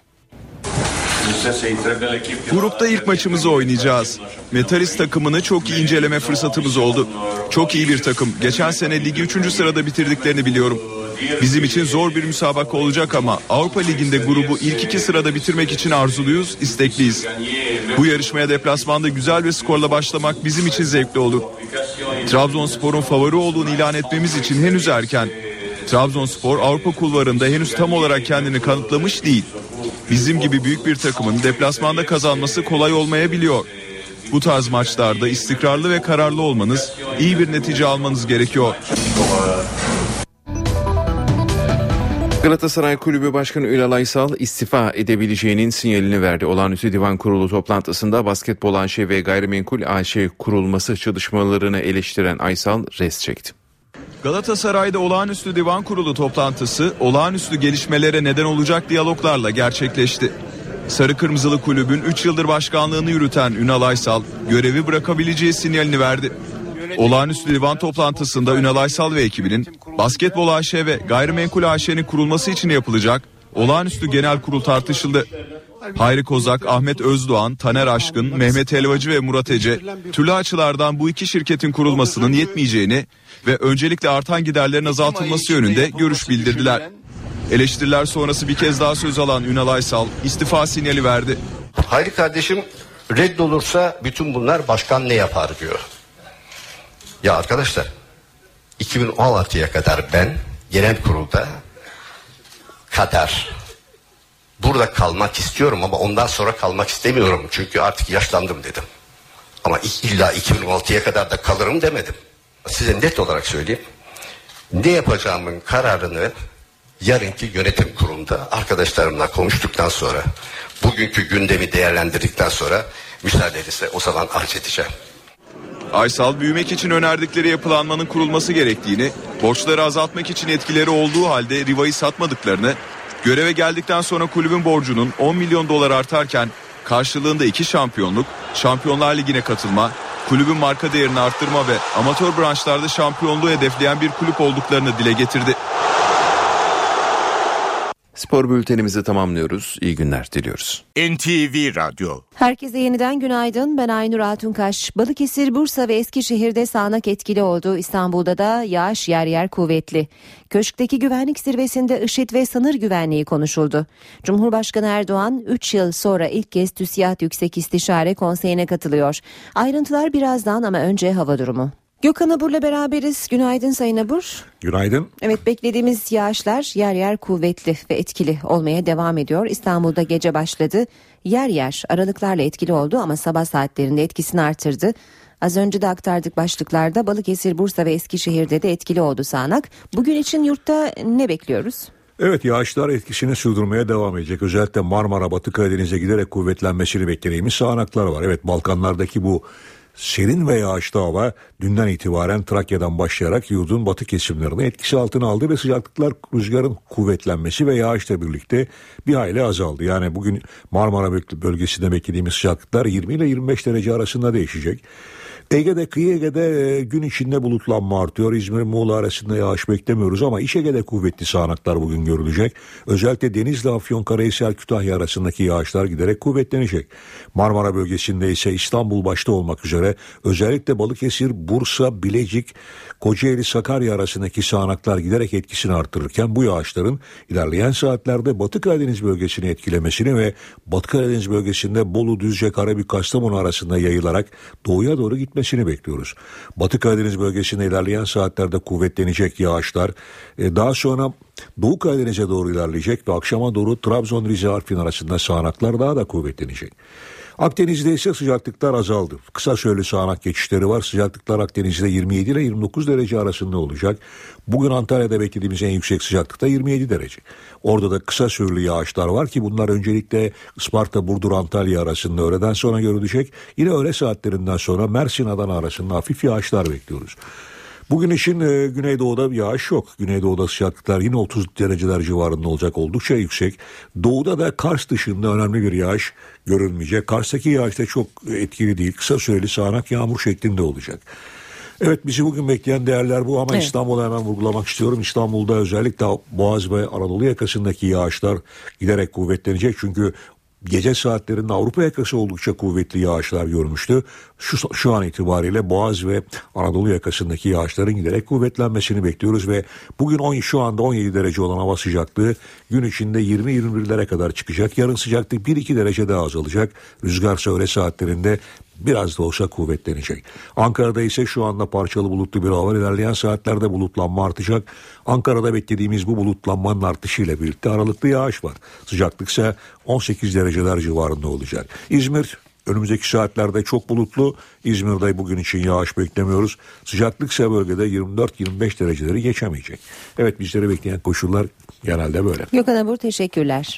Grupta ilk maçımızı oynayacağız. Metalist takımını çok iyi inceleme fırsatımız oldu. Çok iyi bir takım. Geçen sene ligi 3. sırada bitirdiklerini biliyorum. Bizim için zor bir müsabaka olacak ama Avrupa Ligi'nde grubu ilk 2 sırada bitirmek için arzuluyuz, istekliyiz. Bu yarışmaya deplasmanda güzel bir skorla başlamak bizim için zevkli olur. Trabzonspor'un favori olduğunu ilan etmemiz için henüz erken. Trabzonspor Avrupa kulvarında henüz tam olarak kendini kanıtlamış değil. Bizim gibi büyük bir takımın deplasmanda kazanması kolay olmayabiliyor. Bu tarz maçlarda istikrarlı ve kararlı olmanız, iyi bir netice almanız gerekiyor. Galatasaray Kulübü Başkanı Ünal Aysal istifa edebileceğinin sinyalini verdi. Olağanüstü Divan Kurulu toplantısında Basketbol AŞ ve Gayrimenkul AŞ kurulması çalışmalarını eleştiren Aysal res çekti. Galatasaray'da olağanüstü divan kurulu toplantısı olağanüstü gelişmelere neden olacak diyaloglarla gerçekleşti. Sarı Kırmızılı Kulübün 3 yıldır başkanlığını yürüten Ünal Aysal görevi bırakabileceği sinyalini verdi. Olağanüstü divan toplantısında Ünal Aysal ve ekibinin Basketbol AŞ ve Gayrimenkul AŞ'nin kurulması için yapılacak olağanüstü genel kurul tartışıldı. Hayri Kozak, Ahmet Özdoğan, Taner Aşkın, Mehmet Helvacı ve Murat Ece türlü açılardan bu iki şirketin kurulmasının yetmeyeceğini ve öncelikle artan giderlerin azaltılması yönünde görüş bildirdiler. Eleştiriler sonrası bir kez daha söz alan Ünal Aysal istifa sinyali verdi. Hayri kardeşim reddolursa bütün bunlar başkan ne yapar diyor. Ya arkadaşlar 2016'ya kadar ben genel kurulda burada kalmak istiyorum ama ondan sonra kalmak istemiyorum. Çünkü artık yaşlandım dedim. Ama illa 2016'ya kadar da kalırım demedim. Size net olarak söyleyeyim. Ne yapacağımın kararını yarınki yönetim kurulunda arkadaşlarımla konuştuktan sonra, bugünkü gündemi değerlendirdikten sonra müsaade edilse o zaman arz edeceğim. Aysal büyümek için önerdikleri yapılanmanın kurulması gerektiğini, borçları azaltmak için etkileri olduğu halde Riva'yı satmadıklarını, göreve geldikten sonra kulübün borcunun 10 milyon dolar artarken karşılığında 2 şampiyonluk, Şampiyonlar Ligi'ne katılma, kulübün marka değerini arttırma ve amatör branşlarda şampiyonluğu hedefleyen bir kulüp olduklarını dile getirdi. Spor bültenimizi tamamlıyoruz. İyi günler diliyoruz. NTV Radyo. Herkese yeniden günaydın. Ben Aynur Altunkaş. Balıkesir, Bursa ve Eskişehir'de sağanak etkili oldu. İstanbul'da da yağış yer yer kuvvetli. Köşkteki güvenlik zirvesinde IŞİD ve sınır güvenliği konuşuldu. Cumhurbaşkanı Erdoğan 3 yıl sonra ilk kez TÜSİAD Yüksek İstişare Konseyi'ne katılıyor. Ayrıntılar birazdan ama önce hava durumu. Gökhan Abur'la beraberiz. Günaydın Sayın Abur. Günaydın. Evet, beklediğimiz yağışlar yer yer kuvvetli ve etkili olmaya devam ediyor. İstanbul'da gece başladı. Yer yer aralıklarla etkili oldu ama sabah saatlerinde etkisini artırdı. Az önce de aktardık başlıklarda. Balıkesir, Bursa ve Eskişehir'de de etkili oldu sağanak. Bugün için yurtta ne bekliyoruz? Evet, yağışlar etkisini sürdürmeye devam edecek. Özellikle Marmara, Batı Karadeniz'e giderek kuvvetlenmesini beklediğimiz sağanaklar var. Evet, Balkanlardaki bu serin ve yağışlı hava dünden itibaren Trakya'dan başlayarak yurdun batı kesimlerine etkisi altına aldı ve sıcaklıklar rüzgarın kuvvetlenmesi ve yağışla birlikte bir hayli azaldı. Yani bugün Marmara bölgesinde beklediğimiz sıcaklıklar 20 ile 25 derece arasında değişecek. Ege'de, kıyı Ege'de gün içinde bulutlanma artıyor. İzmir, Muğla arasında yağış beklemiyoruz ama İç Ege'de kuvvetli sağanaklar bugün görülecek. Özellikle Denizli, Afyonkarahisar, Kütahya arasındaki yağışlar giderek kuvvetlenecek. Marmara bölgesinde ise İstanbul başta olmak üzere özellikle Balıkesir, Bursa, Bilecik, Kocaeli, Sakarya arasındaki sağanaklar giderek etkisini artırırken bu yağışların ilerleyen saatlerde Batı Karadeniz bölgesini etkilemesini ve Batı Karadeniz bölgesinde Bolu, Düzce, Karabük, Kastamonu arasında yayılarak doğuya doğru gitmesini bekliyoruz. Batı Karadeniz bölgesinde ilerleyen saatlerde kuvvetlenecek yağışlar daha sonra Doğu Karadeniz'e doğru ilerleyecek ve akşama doğru Trabzon, Rize, Artvin arasında sağanaklar daha da kuvvetlenecek. Akdeniz'de ise sıcaklıklar azaldı. Kısa süreli sağanak geçişleri var. Sıcaklıklar Akdeniz'de 27 ile 29 derece arasında olacak. Bugün Antalya'da beklediğimiz en yüksek sıcaklıkta 27 derece. Orada da kısa süreli yağışlar var ki bunlar öncelikle Isparta, Burdur, Antalya arasında öğleden sonra görülecek. Yine öğle saatlerinden sonra Mersin, Adana arasında hafif yağışlar bekliyoruz. Bugün için Güneydoğu'da yağış yok. Güneydoğu'da sıcaklıklar yine 30 dereceler civarında olacak, oldukça yüksek. Doğu'da da Kars dışında önemli bir yağış görülmeyecek. Kars'taki yağış da çok etkili değil. Kısa süreli sağanak yağmur şeklinde olacak. Evet, bizi bugün bekleyen değerler bu ama evet. İstanbul'a hemen vurgulamak istiyorum. İstanbul'da özellikle Boğaz ve Anadolu yakasındaki yağışlar giderek kuvvetlenecek. Çünkü gece saatlerinde Avrupa yakası oldukça kuvvetli yağışlar görmüştü. Şu an itibariyle Boğaz ve Anadolu yakasındaki yağışların giderek kuvvetlenmesini bekliyoruz ve bugün şu anda 17 derece olan hava sıcaklığı gün içinde 20-21'lere kadar çıkacak. Yarın sıcaklık 1-2 derece daha azalacak. Rüzgar öğle saatlerinde biraz da olsa kuvvetlenecek. Ankara'da ise şu anda parçalı bulutlu bir hava, ilerleyen saatlerde bulutlanma artacak. Ankara'da beklediğimiz bu bulutlanmanın artışıyla birlikte aralıklı yağış var. Sıcaklık ise 18 dereceler civarında olacak. İzmir önümüzdeki saatlerde çok bulutlu. İzmir'de bugün için yağış beklemiyoruz. Sıcaklık ise bölgede 24-25 dereceleri geçemeyecek. Evet, bizleri bekleyen koşullar genelde böyle. Gökhan Abur, teşekkürler.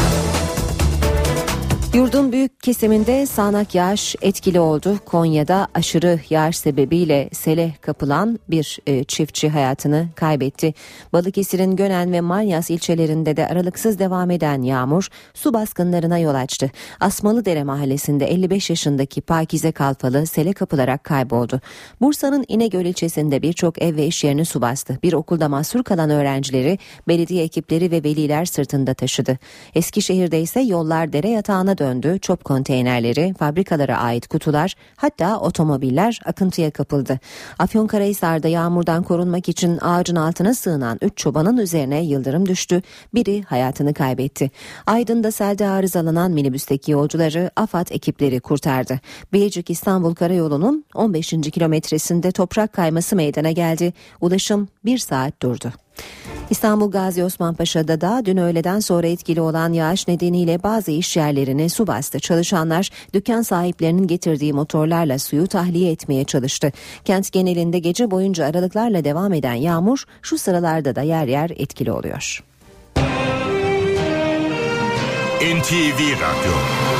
Yurdun büyük kesiminde sağanak yağış etkili oldu. Konya'da aşırı yağış sebebiyle sele kapılan bir çiftçi hayatını kaybetti. Balıkesir'in Gönen ve Manyas ilçelerinde de aralıksız devam eden yağmur su baskınlarına yol açtı. Asmalıdere mahallesinde 55 yaşındaki Pakize Kalfalı sele kapılarak kayboldu. Bursa'nın İnegöl ilçesinde birçok ev ve iş yerini su bastı. Bir okulda mahsur kalan öğrencileri belediye ekipleri ve veliler sırtında taşıdı. Eskişehir'de ise yollar dere yatağına döndü. Çöp konteynerleri, fabrikalara ait kutular, hatta otomobiller akıntıya kapıldı. Afyonkarahisar'da yağmurdan korunmak için ağacın altına sığınan 3 çobanın üzerine yıldırım düştü. Biri hayatını kaybetti. Aydın'da selde arızalanan minibüsteki yolcuları AFAD ekipleri kurtardı. Bilecik İstanbul Karayolu'nun 15. kilometresinde toprak kayması meydana geldi. Ulaşım 1 saat durdu. İstanbul Gazi Osman Paşa'da da dün öğleden sonra etkili olan yağış nedeniyle bazı iş yerlerini su bastı. Çalışanlar dükkan sahiplerinin getirdiği motorlarla suyu tahliye etmeye çalıştı. Kent genelinde gece boyunca aralıklarla devam eden yağmur şu sıralarda da yer yer etkili oluyor. NTV Radyo.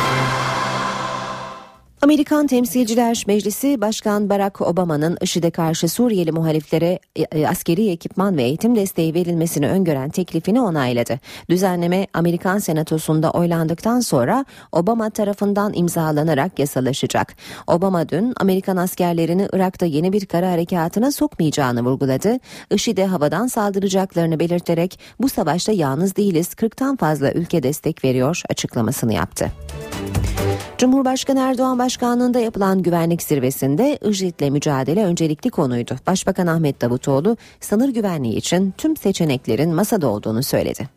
Amerikan Temsilciler Meclisi Başkan Barack Obama'nın IŞİD'e karşı Suriyeli muhaliflere askeri ekipman ve eğitim desteği verilmesini öngören teklifini onayladı. Düzenleme Amerikan Senatosu'nda oylandıktan sonra Obama tarafından imzalanarak yasalaşacak. Obama dün Amerikan askerlerini Irak'ta yeni bir kara harekatına sokmayacağını vurguladı. IŞİD'e havadan saldıracaklarını belirterek bu savaşta yalnız değiliz, 40'tan fazla ülke destek veriyor açıklamasını yaptı. Cumhurbaşkanı Erdoğan başkanlığında yapılan güvenlik zirvesinde IŞİD'le mücadele öncelikli konuydu. Başbakan Ahmet Davutoğlu sınır güvenliği için tüm seçeneklerin masada olduğunu söyledi.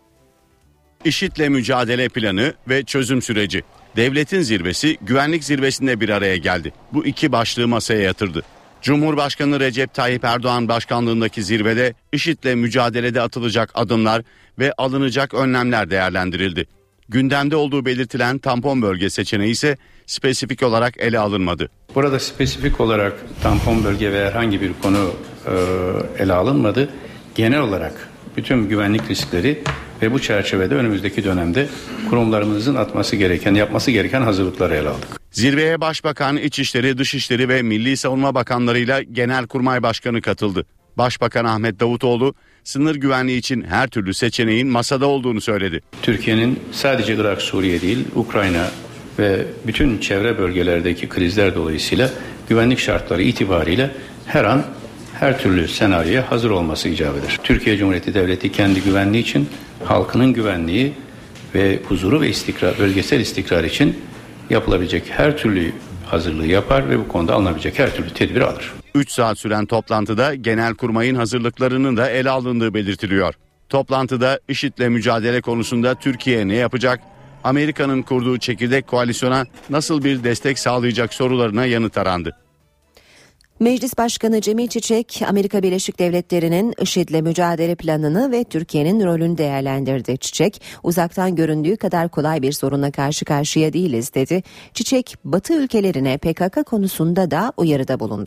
IŞİD'le mücadele planı ve çözüm süreci. Devletin zirvesi güvenlik zirvesinde bir araya geldi. Bu iki başlığı masaya yatırdı. Cumhurbaşkanı Recep Tayyip Erdoğan başkanlığındaki zirvede IŞİD'le mücadelede atılacak adımlar ve alınacak önlemler değerlendirildi. Gündemde olduğu belirtilen tampon bölge seçeneği ise spesifik olarak ele alınmadı. Burada spesifik olarak tampon bölge ve herhangi bir konu ele alınmadı. Genel olarak bütün güvenlik riskleri ve bu çerçevede önümüzdeki dönemde kurumlarımızın yapması gereken hazırlıkları ele aldık. Zirveye Başbakan, İçişleri, Dışişleri ve Milli Savunma Bakanlarıyla Genelkurmay Başkanı katıldı. Başbakan Ahmet Davutoğlu sınır güvenliği için her türlü seçeneğin masada olduğunu söyledi. Türkiye'nin sadece Irak, Suriye değil, Ukrayna ve bütün çevre bölgelerdeki krizler dolayısıyla güvenlik şartları itibariyle her an her türlü senaryoya hazır olması icap eder. Türkiye Cumhuriyeti Devleti kendi güvenliği için, halkının güvenliği ve huzuru ve bölgesel istikrar için yapılabilecek her türlü hazırlığı yapar ve bu konuda alınabilecek her türlü tedbiri alır. 3 saat süren toplantıda Genelkurmay'ın hazırlıklarının da ele alındığı belirtiliyor. Toplantıda IŞİD'le mücadele konusunda Türkiye ne yapacak, Amerika'nın kurduğu çekirdek koalisyona nasıl bir destek sağlayacak sorularına yanıt arandı. Meclis Başkanı Cemil Çiçek, Amerika Birleşik Devletleri'nin IŞİD'le mücadele planını ve Türkiye'nin rolünü değerlendirdi. Çiçek, uzaktan göründüğü kadar kolay bir sorunla karşı karşıya değiliz dedi. Çiçek, Batı ülkelerine PKK konusunda da uyarıda bulundu.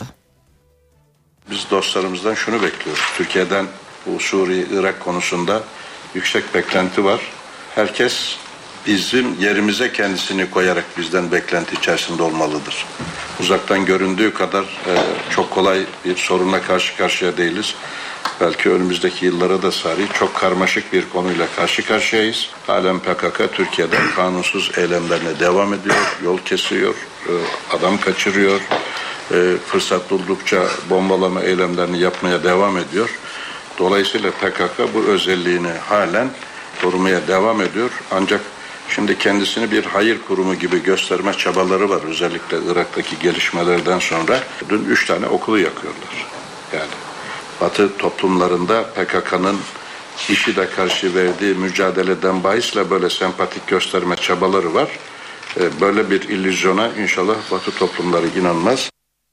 Biz dostlarımızdan şunu bekliyoruz. Türkiye'den bu Suriye, Irak konusunda yüksek beklenti var. Herkes bizim yerimize kendisini koyarak bizden beklenti içerisinde olmalıdır. Uzaktan göründüğü kadar çok kolay bir sorunla karşı karşıya değiliz. Belki önümüzdeki yıllara da sari çok karmaşık bir konuyla karşı karşıyayız. Halen PKK Türkiye'de kanunsuz eylemlerine devam ediyor, yol kesiyor, adam kaçırıyor, fırsat buldukça bombalama eylemlerini yapmaya devam ediyor. Dolayısıyla PKK bu özelliğini halen korumaya devam ediyor. Ancak şimdi kendisini bir hayır kurumu gibi gösterme çabaları var. Özellikle Irak'taki gelişmelerden sonra dün 3 tane okulu yakıyorlar. Yani Batı toplumlarında PKK'nın IŞİD'e karşı verdiği mücadeleden bahisle böyle sempatik gösterme çabaları var. Böyle bir illüzyona inşallah Batı toplumları inanmaz.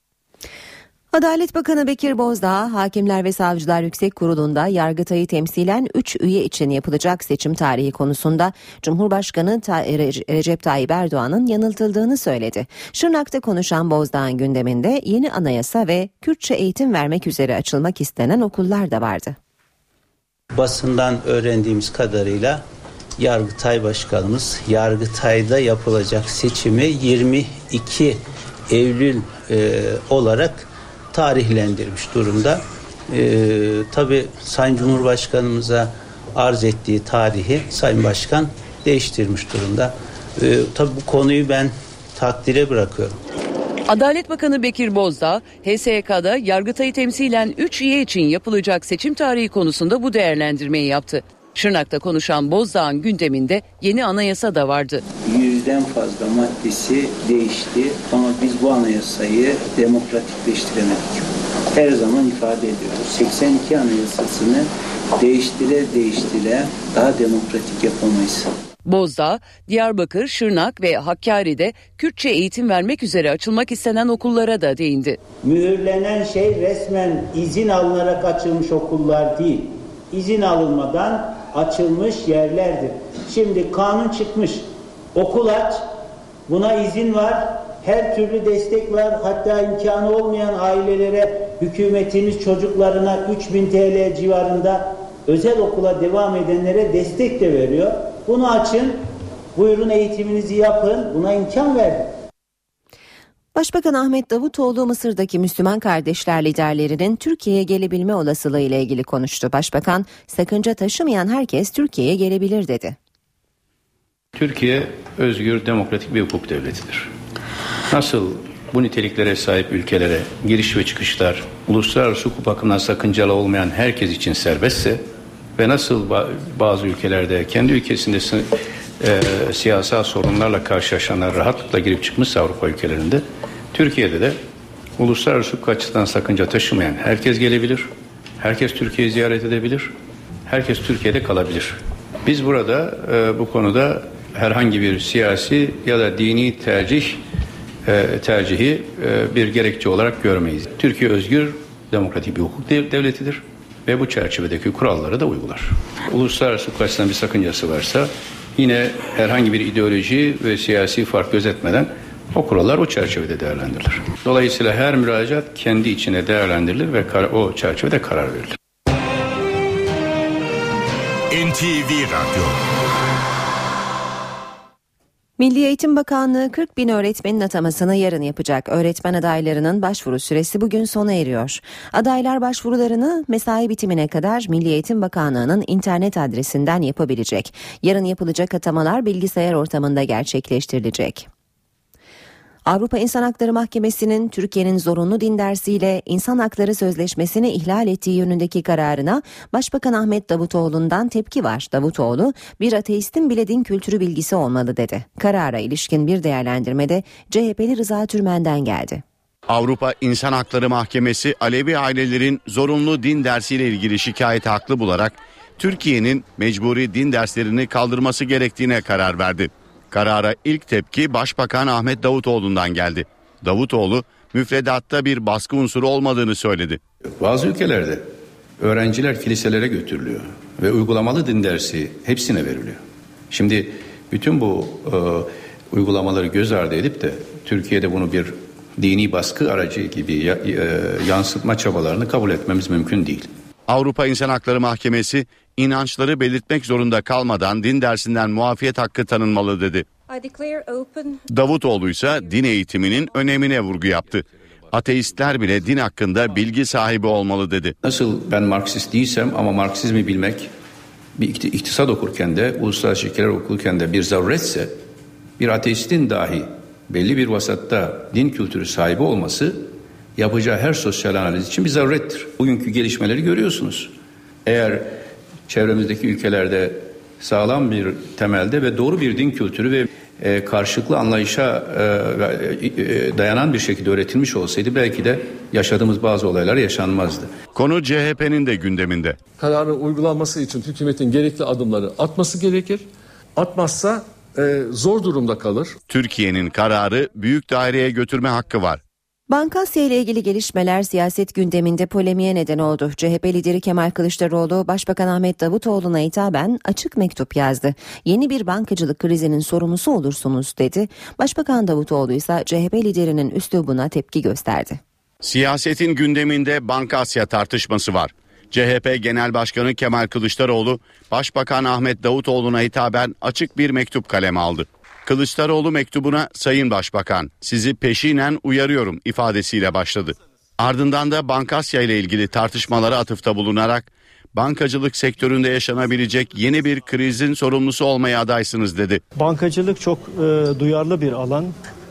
Adalet Bakanı Bekir Bozdağ, Hakimler ve Savcılar Yüksek Kurulu'nda Yargıtay'ı temsilen 3 üye için yapılacak seçim tarihi konusunda Cumhurbaşkanı Recep Tayyip Erdoğan'ın yanıltıldığını söyledi. Şırnak'ta konuşan Bozdağ'ın gündeminde yeni anayasa ve Kürtçe eğitim vermek üzere açılmak istenen okullar da vardı. Basından öğrendiğimiz kadarıyla Yargıtay Başkanımız Yargıtay'da yapılacak seçimi 22 Eylül olarak tarihlendirmiş durumda. Tabii Sayın Cumhurbaşkanımıza arz ettiği tarihi Sayın Başkan değiştirmiş durumda. Tabii bu konuyu ben takdire bırakıyorum. Adalet Bakanı Bekir Bozdağ, HSYK'da Yargıtay'ı temsilen 3 üye için yapılacak seçim tarihi konusunda bu değerlendirmeyi yaptı. Şırnak'ta konuşan Bozdağ'ın gündeminde yeni anayasa da vardı. 100'den fazla maddesi değişti ama biz bu anayasayı demokratikleştiremedik. Her zaman ifade ediyoruz. 82 anayasasını değiştire daha demokratik yapamayız. Bozdağ, Diyarbakır, Şırnak ve Hakkari'de Kürtçe eğitim vermek üzere açılmak istenen okullara da değindi. Mühürlenen şey resmen izin alınarak açılmış okullar değil. İzin alınmadan açılmış yerlerdir. Şimdi kanun çıkmış. Okul aç, buna izin var, her türlü destek var. Hatta imkanı olmayan ailelere hükümetimiz çocuklarına 3.000 TL civarında özel okula devam edenlere destek de veriyor. Bunu açın, buyurun eğitiminizi yapın, buna imkan verin. Başbakan Ahmet Davutoğlu Mısır'daki Müslüman kardeşler liderlerinin Türkiye'ye gelebilme olasılığı ile ilgili konuştu. Başbakan, sakınca taşımayan herkes Türkiye'ye gelebilir dedi. Türkiye özgür, demokratik bir hukuk devletidir. Nasıl bu niteliklere sahip ülkelere giriş ve çıkışlar uluslararası hukuk bakımından sakıncalı olmayan herkes için serbestse ve nasıl bazı ülkelerde kendi ülkesinde siyasal sorunlarla karşılaşanlar rahatlıkla girip çıkmışsa Avrupa ülkelerinde, Türkiye'de de uluslararası hukuk açısından sakınca taşımayan herkes gelebilir, herkes Türkiye'yi ziyaret edebilir, herkes Türkiye'de kalabilir. Biz burada bu konuda herhangi bir siyasi ya da dini tercihi bir gerekçe olarak görmeyiz. Türkiye özgür, demokratik bir hukuk devletidir ve bu çerçevedeki kuralları da uygular. Uluslararası hukuk açısından bir sakıncası varsa yine herhangi bir ideoloji ve siyasi fark gözetmeden o kurallar o çerçevede değerlendirilir. Dolayısıyla her müracaat kendi içine değerlendirilir ve o çerçevede karar verilir. NTV Radyo. Milli Eğitim Bakanlığı 40.000 öğretmenin atamasını yarın yapacak. Öğretmen adaylarının başvuru süresi bugün sona eriyor. Adaylar başvurularını mesai bitimine kadar Milli Eğitim Bakanlığı'nın internet adresinden yapabilecek. Yarın yapılacak atamalar bilgisayar ortamında gerçekleştirilecek. Avrupa İnsan Hakları Mahkemesi'nin Türkiye'nin zorunlu din dersiyle İnsan Hakları Sözleşmesi'ni ihlal ettiği yönündeki kararına Başbakan Ahmet Davutoğlu'ndan tepki var. Davutoğlu, bir ateistin bile din kültürü bilgisi olmalı dedi. Karara ilişkin bir değerlendirmede CHP'li Rıza Türmen'den geldi. Avrupa İnsan Hakları Mahkemesi Alevi ailelerin zorunlu din dersiyle ilgili şikayeti haklı bularak Türkiye'nin mecburi din derslerini kaldırması gerektiğine karar verdi. Karara ilk tepki Başbakan Ahmet Davutoğlu'ndan geldi. Davutoğlu, müfredatta bir baskı unsuru olmadığını söyledi. Bazı ülkelerde öğrenciler kiliselere götürülüyor ve uygulamalı din dersi hepsine veriliyor. Şimdi bütün bu uygulamaları göz ardı edip de Türkiye'de bunu bir dini baskı aracı gibi yansıtma çabalarını kabul etmemiz mümkün değil. Avrupa İnsan Hakları Mahkemesi inançları belirtmek zorunda kalmadan din dersinden muafiyet hakkı tanınmalı dedi. Davutoğlu ise din eğitiminin önemine vurgu yaptı. Ateistler bile din hakkında bilgi sahibi olmalı dedi. Nasıl ben Marksist değilsem ama Marksizmi bilmek bir iktisat okurken de uluslararası ilişkiler okurken de bir zaruretse, bir ateistin dahi belli bir vasatta din kültürü sahibi olması yapacağı her sosyal analiz için bir zarurettir. Bugünkü gelişmeleri görüyorsunuz. Eğer çevremizdeki ülkelerde sağlam bir temelde ve doğru bir din kültürü ve karşılıklı anlayışa dayanan bir şekilde öğretilmiş olsaydı belki de yaşadığımız bazı olaylar yaşanmazdı. Konu CHP'nin de gündeminde. Kararın uygulanması için hükümetin gerekli adımları atması gerekir. Atmazsa zor durumda kalır. Türkiye'nin kararı büyük daireye götürme hakkı var. Bankasya ile ilgili gelişmeler siyaset gündeminde polemiğe neden oldu. CHP lideri Kemal Kılıçdaroğlu, Başbakan Ahmet Davutoğlu'na hitaben açık mektup yazdı. Yeni bir bankacılık krizinin sorumlusu olursunuz dedi. Başbakan Davutoğlu ise CHP liderinin üslubuna tepki gösterdi. Siyasetin gündeminde Bankasya tartışması var. CHP Genel Başkanı Kemal Kılıçdaroğlu, Başbakan Ahmet Davutoğlu'na hitaben açık bir mektup kaleme aldı. Kılıçdaroğlu mektubuna "Sayın Başbakan, sizi peşinen uyarıyorum" ifadesiyle başladı. Ardından da Bankasya ile ilgili tartışmalara atıfta bulunarak bankacılık sektöründe yaşanabilecek yeni bir krizin sorumlusu olmaya adaysınız dedi. Bankacılık çok duyarlı bir alan.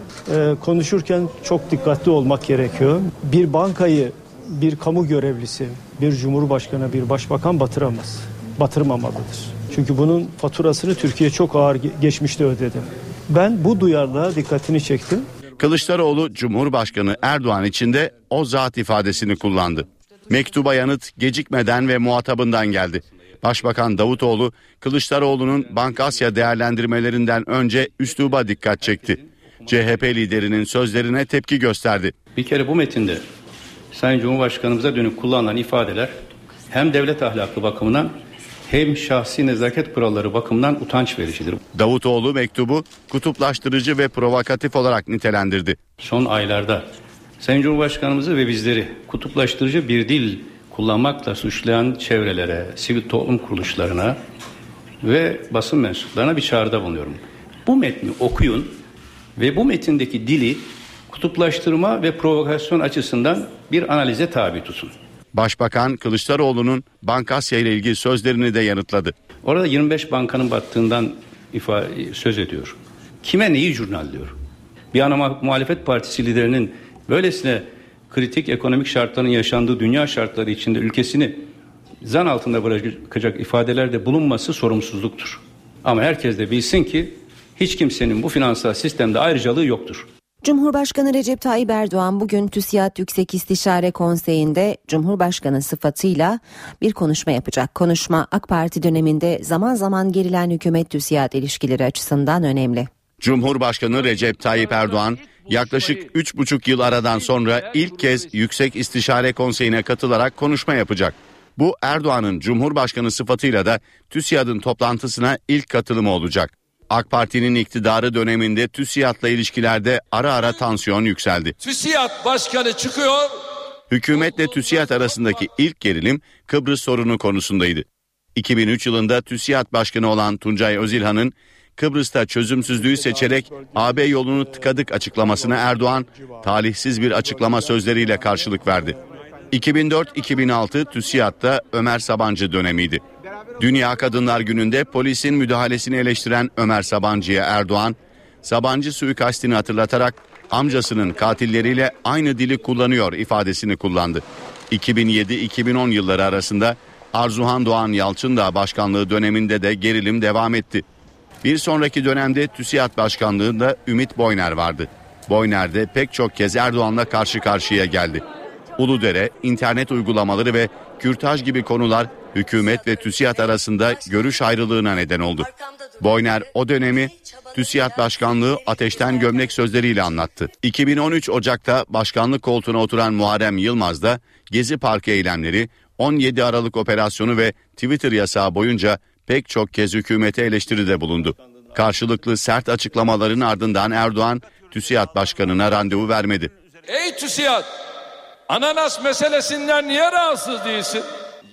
Konuşurken çok dikkatli olmak gerekiyor. Bir bankayı bir kamu görevlisi, bir cumhurbaşkanı, bir başbakan batırmamalıdır. Çünkü bunun faturasını Türkiye çok ağır geçmişte ödedi. Ben bu duyarlılığa dikkatini çektim. Kılıçdaroğlu, Cumhurbaşkanı Erdoğan için de o zat ifadesini kullandı. Mektuba yanıt gecikmeden ve muhatabından geldi. Başbakan Davutoğlu, Kılıçdaroğlu'nun Bankasya değerlendirmelerinden önce üsluba dikkat çekti. CHP liderinin sözlerine tepki gösterdi. Bir kere bu metinde Sayın Cumhurbaşkanımıza dönük kullanılan ifadeler hem devlet ahlakı bakımından hem şahsi nezaket kuralları bakımından utanç vericidir. Davutoğlu mektubu kutuplaştırıcı ve provokatif olarak nitelendirdi. Son aylarda Sayın Cumhurbaşkanımızı ve bizleri kutuplaştırıcı bir dil kullanmakla suçlayan çevrelere, sivil toplum kuruluşlarına ve basın mensuplarına bir çağrıda bulunuyorum. Bu metni okuyun ve bu metindeki dili kutuplaştırma ve provokasyon açısından bir analize tabi tutun. Başbakan Kılıçdaroğlu'nun Bankasya ile ilgili sözlerini de yanıtladı. Orada 25 bankanın battığından söz ediyor. Kime neyi jurnalliyor? Bir ana muhalefet partisi liderinin böylesine kritik ekonomik şartların yaşandığı dünya şartları içinde ülkesini zan altında bırakacak ifadelerde bulunması sorumsuzluktur. Ama herkes de bilsin ki hiç kimsenin bu finansal sistemde ayrıcalığı yoktur. Cumhurbaşkanı Recep Tayyip Erdoğan bugün TÜSİAD Yüksek İstişare Konseyi'nde Cumhurbaşkanı sıfatıyla bir konuşma yapacak. Konuşma AK Parti döneminde zaman zaman gerilen hükümet-TÜSİAD ilişkileri açısından önemli. Cumhurbaşkanı Recep Tayyip Erdoğan yaklaşık 3,5 yıl aradan sonra ilk kez Yüksek İstişare Konseyi'ne katılarak konuşma yapacak. Bu Erdoğan'ın Cumhurbaşkanı sıfatıyla da TÜSİAD'ın toplantısına ilk katılımı olacak. AK Parti'nin iktidarı döneminde TÜSİAD'la ilişkilerde ara ara tansiyon yükseldi. TÜSİAD Başkanı çıkıyor. Hükümetle TÜSİAD arasındaki ilk gerilim Kıbrıs sorunu konusundaydı. 2003 yılında TÜSİAD Başkanı olan Tuncay Özilhan'ın Kıbrıs'ta çözümsüzlüğü seçerek AB yolunu tıkadık açıklamasına Erdoğan talihsiz bir açıklama sözleriyle karşılık verdi. 2004-2006 TÜSİAD'da Ömer Sabancı dönemiydi. Dünya Kadınlar Günü'nde polisin müdahalesini eleştiren Ömer Sabancı'ya Erdoğan, Sabancı suikastini hatırlatarak amcasının katilleriyle aynı dili kullanıyor ifadesini kullandı. 2007-2010 yılları arasında Arzuhan Doğan Yalçındağ başkanlığı döneminde de gerilim devam etti. Bir sonraki dönemde TÜSİAD başkanlığında Ümit Boyner vardı. Boyner de pek çok kez Erdoğan'la karşı karşıya geldi. Uludere, internet uygulamaları ve kürtaj gibi konular hükümet ve TÜSİAD arasında görüş ayrılığına neden oldu. Boyner o dönemi TÜSİAD başkanlığı ateşten gömlek sözleriyle anlattı. 2013 Ocak'ta başkanlık koltuğuna oturan Muharrem Yılmaz da Gezi Parkı eylemleri, 17 Aralık operasyonu ve Twitter yasağı boyunca pek çok kez hükümete eleştiride bulundu. Karşılıklı sert açıklamaların ardından Erdoğan TÜSİAD başkanına randevu vermedi. Ey TÜSİAD, ananas meselesinden niye rahatsız değilsin?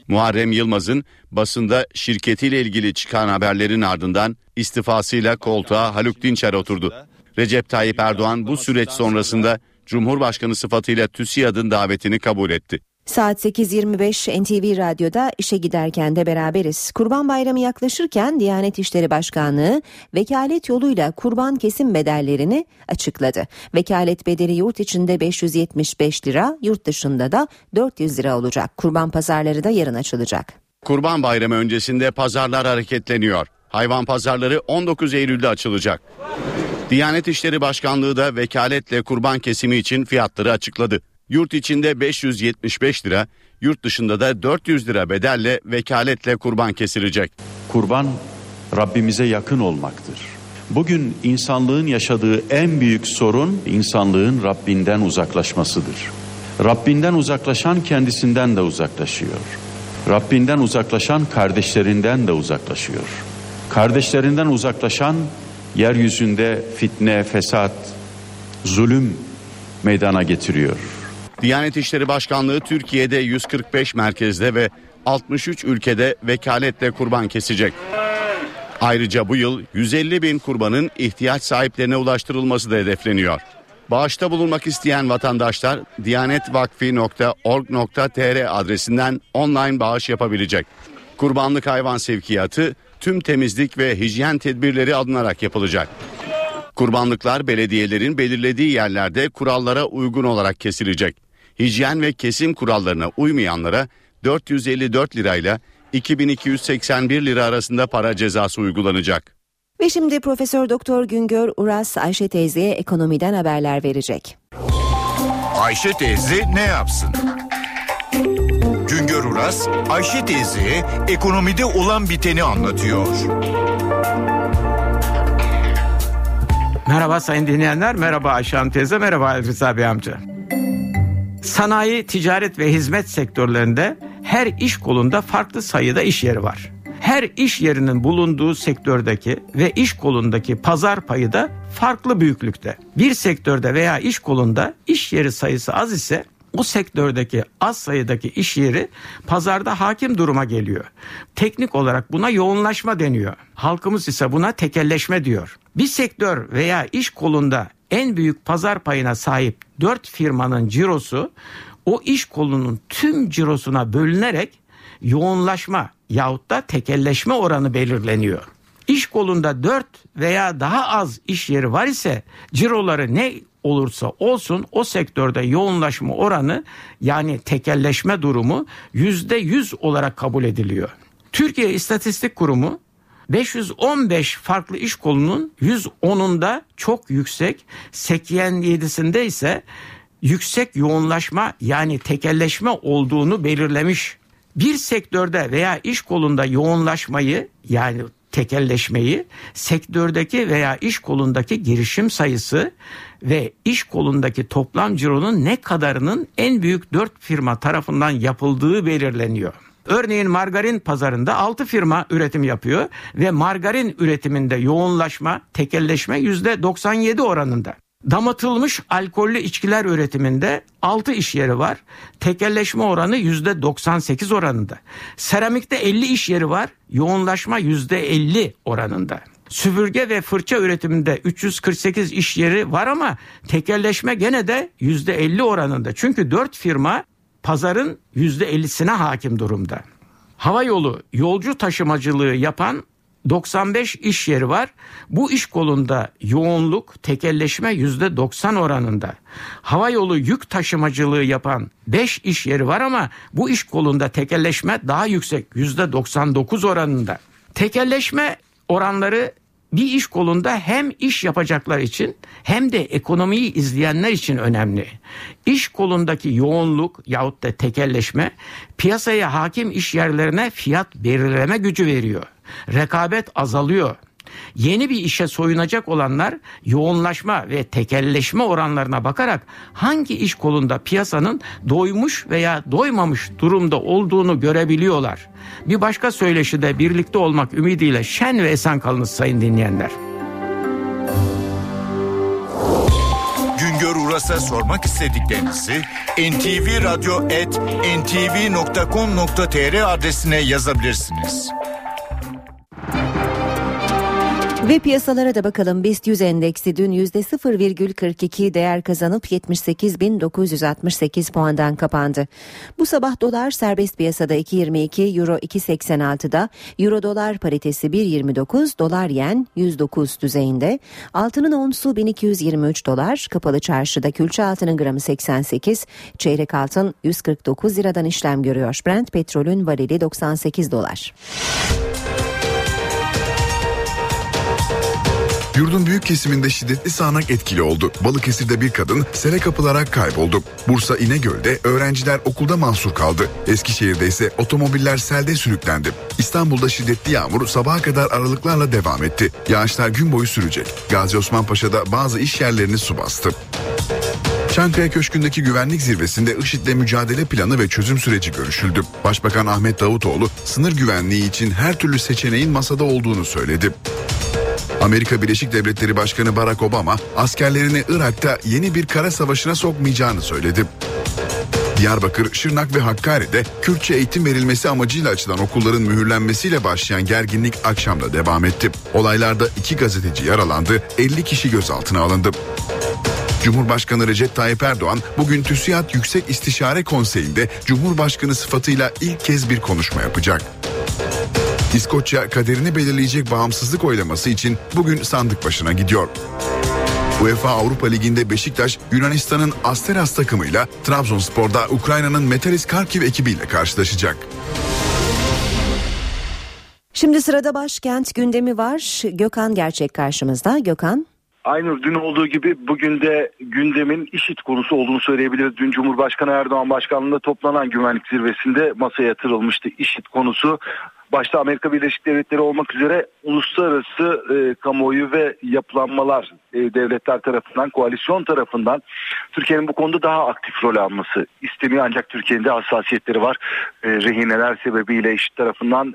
Muharrem Yılmaz'ın basında şirketiyle ilgili çıkan haberlerin ardından istifasıyla koltuğa Haluk Dinçer oturdu. Recep Tayyip Erdoğan bu süreç sonrasında Cumhurbaşkanı sıfatıyla TÜSİAD'ın davetini kabul etti. Saat 8.25 NTV Radyo'da işe giderken de beraberiz. Kurban Bayramı yaklaşırken Diyanet İşleri Başkanlığı vekalet yoluyla kurban kesim bedellerini açıkladı. Vekalet bedeli yurt içinde 575 lira, yurt dışında da 400 lira olacak. Kurban pazarları da yarın açılacak. Kurban Bayramı öncesinde pazarlar hareketleniyor. Hayvan pazarları 19 Eylül'de açılacak. Diyanet İşleri Başkanlığı da vekaletle kurban kesimi için fiyatları açıkladı. Yurt içinde 575 lira, yurt dışında da 400 lira bedelle vekaletle kurban kesilecek. Kurban Rabbimize yakın olmaktır. Bugün insanlığın yaşadığı en büyük sorun insanlığın Rabbinden uzaklaşmasıdır. Rabbinden uzaklaşan kendisinden de uzaklaşıyor. Rabbinden uzaklaşan kardeşlerinden de uzaklaşıyor. Kardeşlerinden uzaklaşan yeryüzünde fitne, fesat, zulüm meydana getiriyor. Diyanet İşleri Başkanlığı Türkiye'de 145 merkezde ve 63 ülkede vekaletle kurban kesecek. Ayrıca bu yıl 150 bin kurbanın ihtiyaç sahiplerine ulaştırılması da hedefleniyor. Bağışta bulunmak isteyen vatandaşlar diyanetvakfi.org.tr adresinden online bağış yapabilecek. Kurbanlık hayvan sevkiyatı tüm temizlik ve hijyen tedbirleri alınarak yapılacak. Kurbanlıklar belediyelerin belirlediği yerlerde kurallara uygun olarak kesilecek. Hijyen ve kesim kurallarına uymayanlara 454 lirayla 2281 lira arasında para cezası uygulanacak. Ve şimdi Profesör Doktor Güngör Uras Ayşe teyzeye ekonomiden haberler verecek. Ayşe teyze ne yapsın? Güngör Uras Ayşe teyzeye ekonomide olan biteni anlatıyor. Merhaba sayın dinleyenler, merhaba Ayşe Hanım teyze, merhaba Ali Rıza Bey amca. Sanayi, ticaret ve hizmet sektörlerinde her iş kolunda farklı sayıda iş yeri var. Her iş yerinin bulunduğu sektördeki ve iş kolundaki pazar payı da farklı büyüklükte. Bir sektörde veya iş kolunda iş yeri sayısı az ise o sektördeki az sayıdaki iş yeri pazarda hakim duruma geliyor. Teknik olarak buna yoğunlaşma deniyor. Halkımız ise buna tekelleşme diyor. Bir sektör veya iş kolunda en büyük pazar payına sahip 4 firmanın cirosu o iş kolunun tüm cirosuna bölünerek yoğunlaşma yahut da tekelleşme oranı belirleniyor. İş kolunda 4 veya daha az iş yeri var ise ciroları ne olursa olsun o sektörde yoğunlaşma oranı yani tekelleşme durumu %100 olarak kabul ediliyor. Türkiye İstatistik Kurumu 515 farklı iş kolunun 110'unda çok yüksek, 87'sinde ise yüksek yoğunlaşma yani tekelleşme olduğunu belirlemiş. Bir sektörde veya iş kolunda yoğunlaşmayı yani tekelleşmeyi sektördeki veya iş kolundaki girişim sayısı ve iş kolundaki toplam cironun ne kadarının en büyük 4 firma tarafından yapıldığı belirleniyor. Örneğin margarin pazarında 6 firma üretim yapıyor ve margarin üretiminde yoğunlaşma, tekelleşme %97 oranında. Damıtılmış alkollü içkiler üretiminde 6 iş yeri var. Tekelleşme oranı %98 oranında. Seramikte 50 iş yeri var. Yoğunlaşma %50 oranında. Süpürge ve fırça üretiminde 348 iş yeri var ama tekelleşme gene de %50 oranında. Çünkü 4 firma pazarın %50'sine hakim durumda. Havayolu yolcu taşımacılığı yapan 95 iş yeri var. Bu iş kolunda yoğunluk, tekelleşme %90 oranında. Havayolu yük taşımacılığı yapan 5 iş yeri var ama bu iş kolunda tekelleşme daha yüksek %99 oranında. Tekelleşme oranları bir iş kolunda hem iş yapacaklar için hem de ekonomiyi izleyenler için önemli. İş kolundaki yoğunluk yahut da tekelleşme piyasaya hakim iş yerlerine fiyat belirleme gücü veriyor. Rekabet azalıyor. Yeni bir işe soyunacak olanlar yoğunlaşma ve tekelleşme oranlarına bakarak hangi iş kolunda piyasanın doymuş veya doymamış durumda olduğunu görebiliyorlar. Bir başka söyleşide birlikte olmak ümidiyle şen ve esen kalınız sayın dinleyenler. Güngör Sivas'a sormak istediklerinizi ntvradyo@ntv.com.tr adresine yazabilirsiniz. Ve piyasalara da bakalım. BIST 100 endeksi dün %0,42 değer kazanıp 78.968 puandan kapandı. Bu sabah dolar serbest piyasada 2.22, euro 2.86'da, euro dolar paritesi 1.29, dolar yen 109 düzeyinde. Altının onsu 1223 dolar, kapalı çarşıda külçe altının gramı 88, çeyrek altın 149 liradan işlem görüyor. Brent petrolün varili 98 dolar. Yurdun büyük kesiminde şiddetli sağanak etkili oldu. Balıkesir'de bir kadın sele kapılarak kayboldu. Bursa İnegöl'de öğrenciler okulda mahsur kaldı. Eskişehir'de ise otomobiller selde sürüklendi. İstanbul'da şiddetli yağmur sabaha kadar aralıklarla devam etti. Yağışlar gün boyu sürecek. Gazi Osman Paşa'da bazı iş yerlerini su bastı. Çankaya Köşkü'ndeki güvenlik zirvesinde IŞİD'le mücadele planı ve çözüm süreci görüşüldü. Başbakan Ahmet Davutoğlu sınır güvenliği için her türlü seçeneğin masada olduğunu söyledi. Amerika Birleşik Devletleri Başkanı Barack Obama askerlerini Irak'ta yeni bir kara savaşına sokmayacağını söyledi. Diyarbakır, Şırnak ve Hakkari'de Kürtçe eğitim verilmesi amacıyla açılan okulların mühürlenmesiyle başlayan gerginlik akşamda devam etti. Olaylarda 2 gazeteci yaralandı, 50 kişi gözaltına alındı. Cumhurbaşkanı Recep Tayyip Erdoğan bugün TÜSİAD Yüksek İstişare Konseyi'nde Cumhurbaşkanı sıfatıyla ilk kez bir konuşma yapacak. İskoçya kaderini belirleyecek bağımsızlık oylaması için bugün sandık başına gidiyor. UEFA Avrupa Ligi'nde Beşiktaş, Yunanistan'ın Asteras takımıyla, Trabzonspor'da Ukrayna'nın Metalist Kharkiv ekibiyle karşılaşacak. Şimdi sırada başkent gündemi var. Gökhan Gerçek karşımızda. Gökhan. Aynur, dün olduğu gibi bugün de gündemin IŞİD konusu olduğunu söyleyebiliriz. Dün Cumhurbaşkanı Erdoğan başkanlığında toplanan güvenlik zirvesinde masaya yatırılmıştı IŞİD konusu. Başta Amerika Birleşik Devletleri olmak üzere uluslararası kamuoyu ve yapılanmalar, devletler tarafından, koalisyon tarafından Türkiye'nin bu konuda daha aktif rol alması isteniyor. Ancak Türkiye'nin de hassasiyetleri var. Rehineler sebebiyle IŞİD tarafından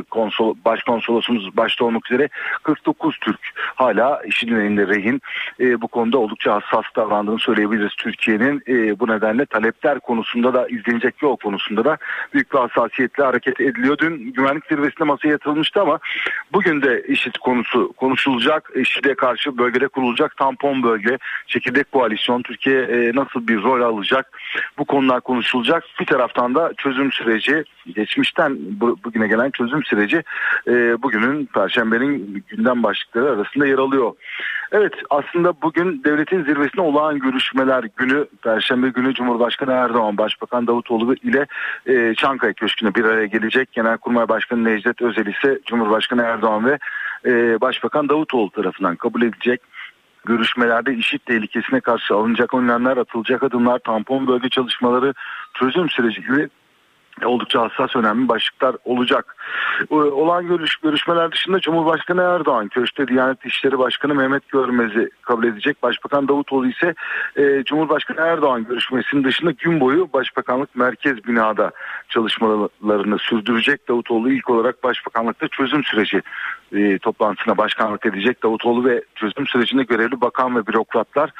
başkonsolosumuz başta olmak üzere 49 Türk hala IŞİD'in elinde rehin. Bu konuda oldukça hassas davrandığını söyleyebiliriz Türkiye'nin. Bu nedenle talepler konusunda da, izlenecek yol konusunda da büyük bir hassasiyetle hareket ediliyor. Dün güvenlik zirvesinde masaya yatırılmıştı ama bugün de IŞİD konusu konuşulacak. IŞİD'e karşı bölgede kurulacak tampon bölge, çekirdek koalisyon, Türkiye nasıl bir rol alacak? Bu konular konuşulacak. Bir taraftan da çözüm süreci, geçmişten bugüne gelen çözüm süreci bugünün, Perşembe'nin gündem başlıkları arasında yer alıyor. Evet, aslında bugün devletin zirvesine olağan görüşmeler günü, Perşembe günü Cumhurbaşkanı Erdoğan, Başbakan Davutoğlu ile Çankaya Köşkü'ne bir araya gelecek. Genelkurmay Başkanı Necdet Özel ise Cumhurbaşkanı Erdoğan ve Başbakan Davutoğlu tarafından kabul edilecek. Görüşmelerde IŞİD tehlikesine karşı alınacak önlemler, atılacak adımlar, tampon bölge çalışmaları, çözüm süreci gibi oldukça hassas, önemli başlıklar olacak. Olan görüşmeler dışında Cumhurbaşkanı Erdoğan köşkte Diyanet İşleri Başkanı Mehmet Görmez'i kabul edecek. Başbakan Davutoğlu ise Cumhurbaşkanı Erdoğan görüşmesinin dışında gün boyu Başbakanlık Merkez Bina'da çalışmalarını sürdürecek. Davutoğlu ilk olarak Başbakanlıkta çözüm süreci toplantısına başkanlık edecek. Davutoğlu ve çözüm sürecinde görevli bakan ve bürokratlar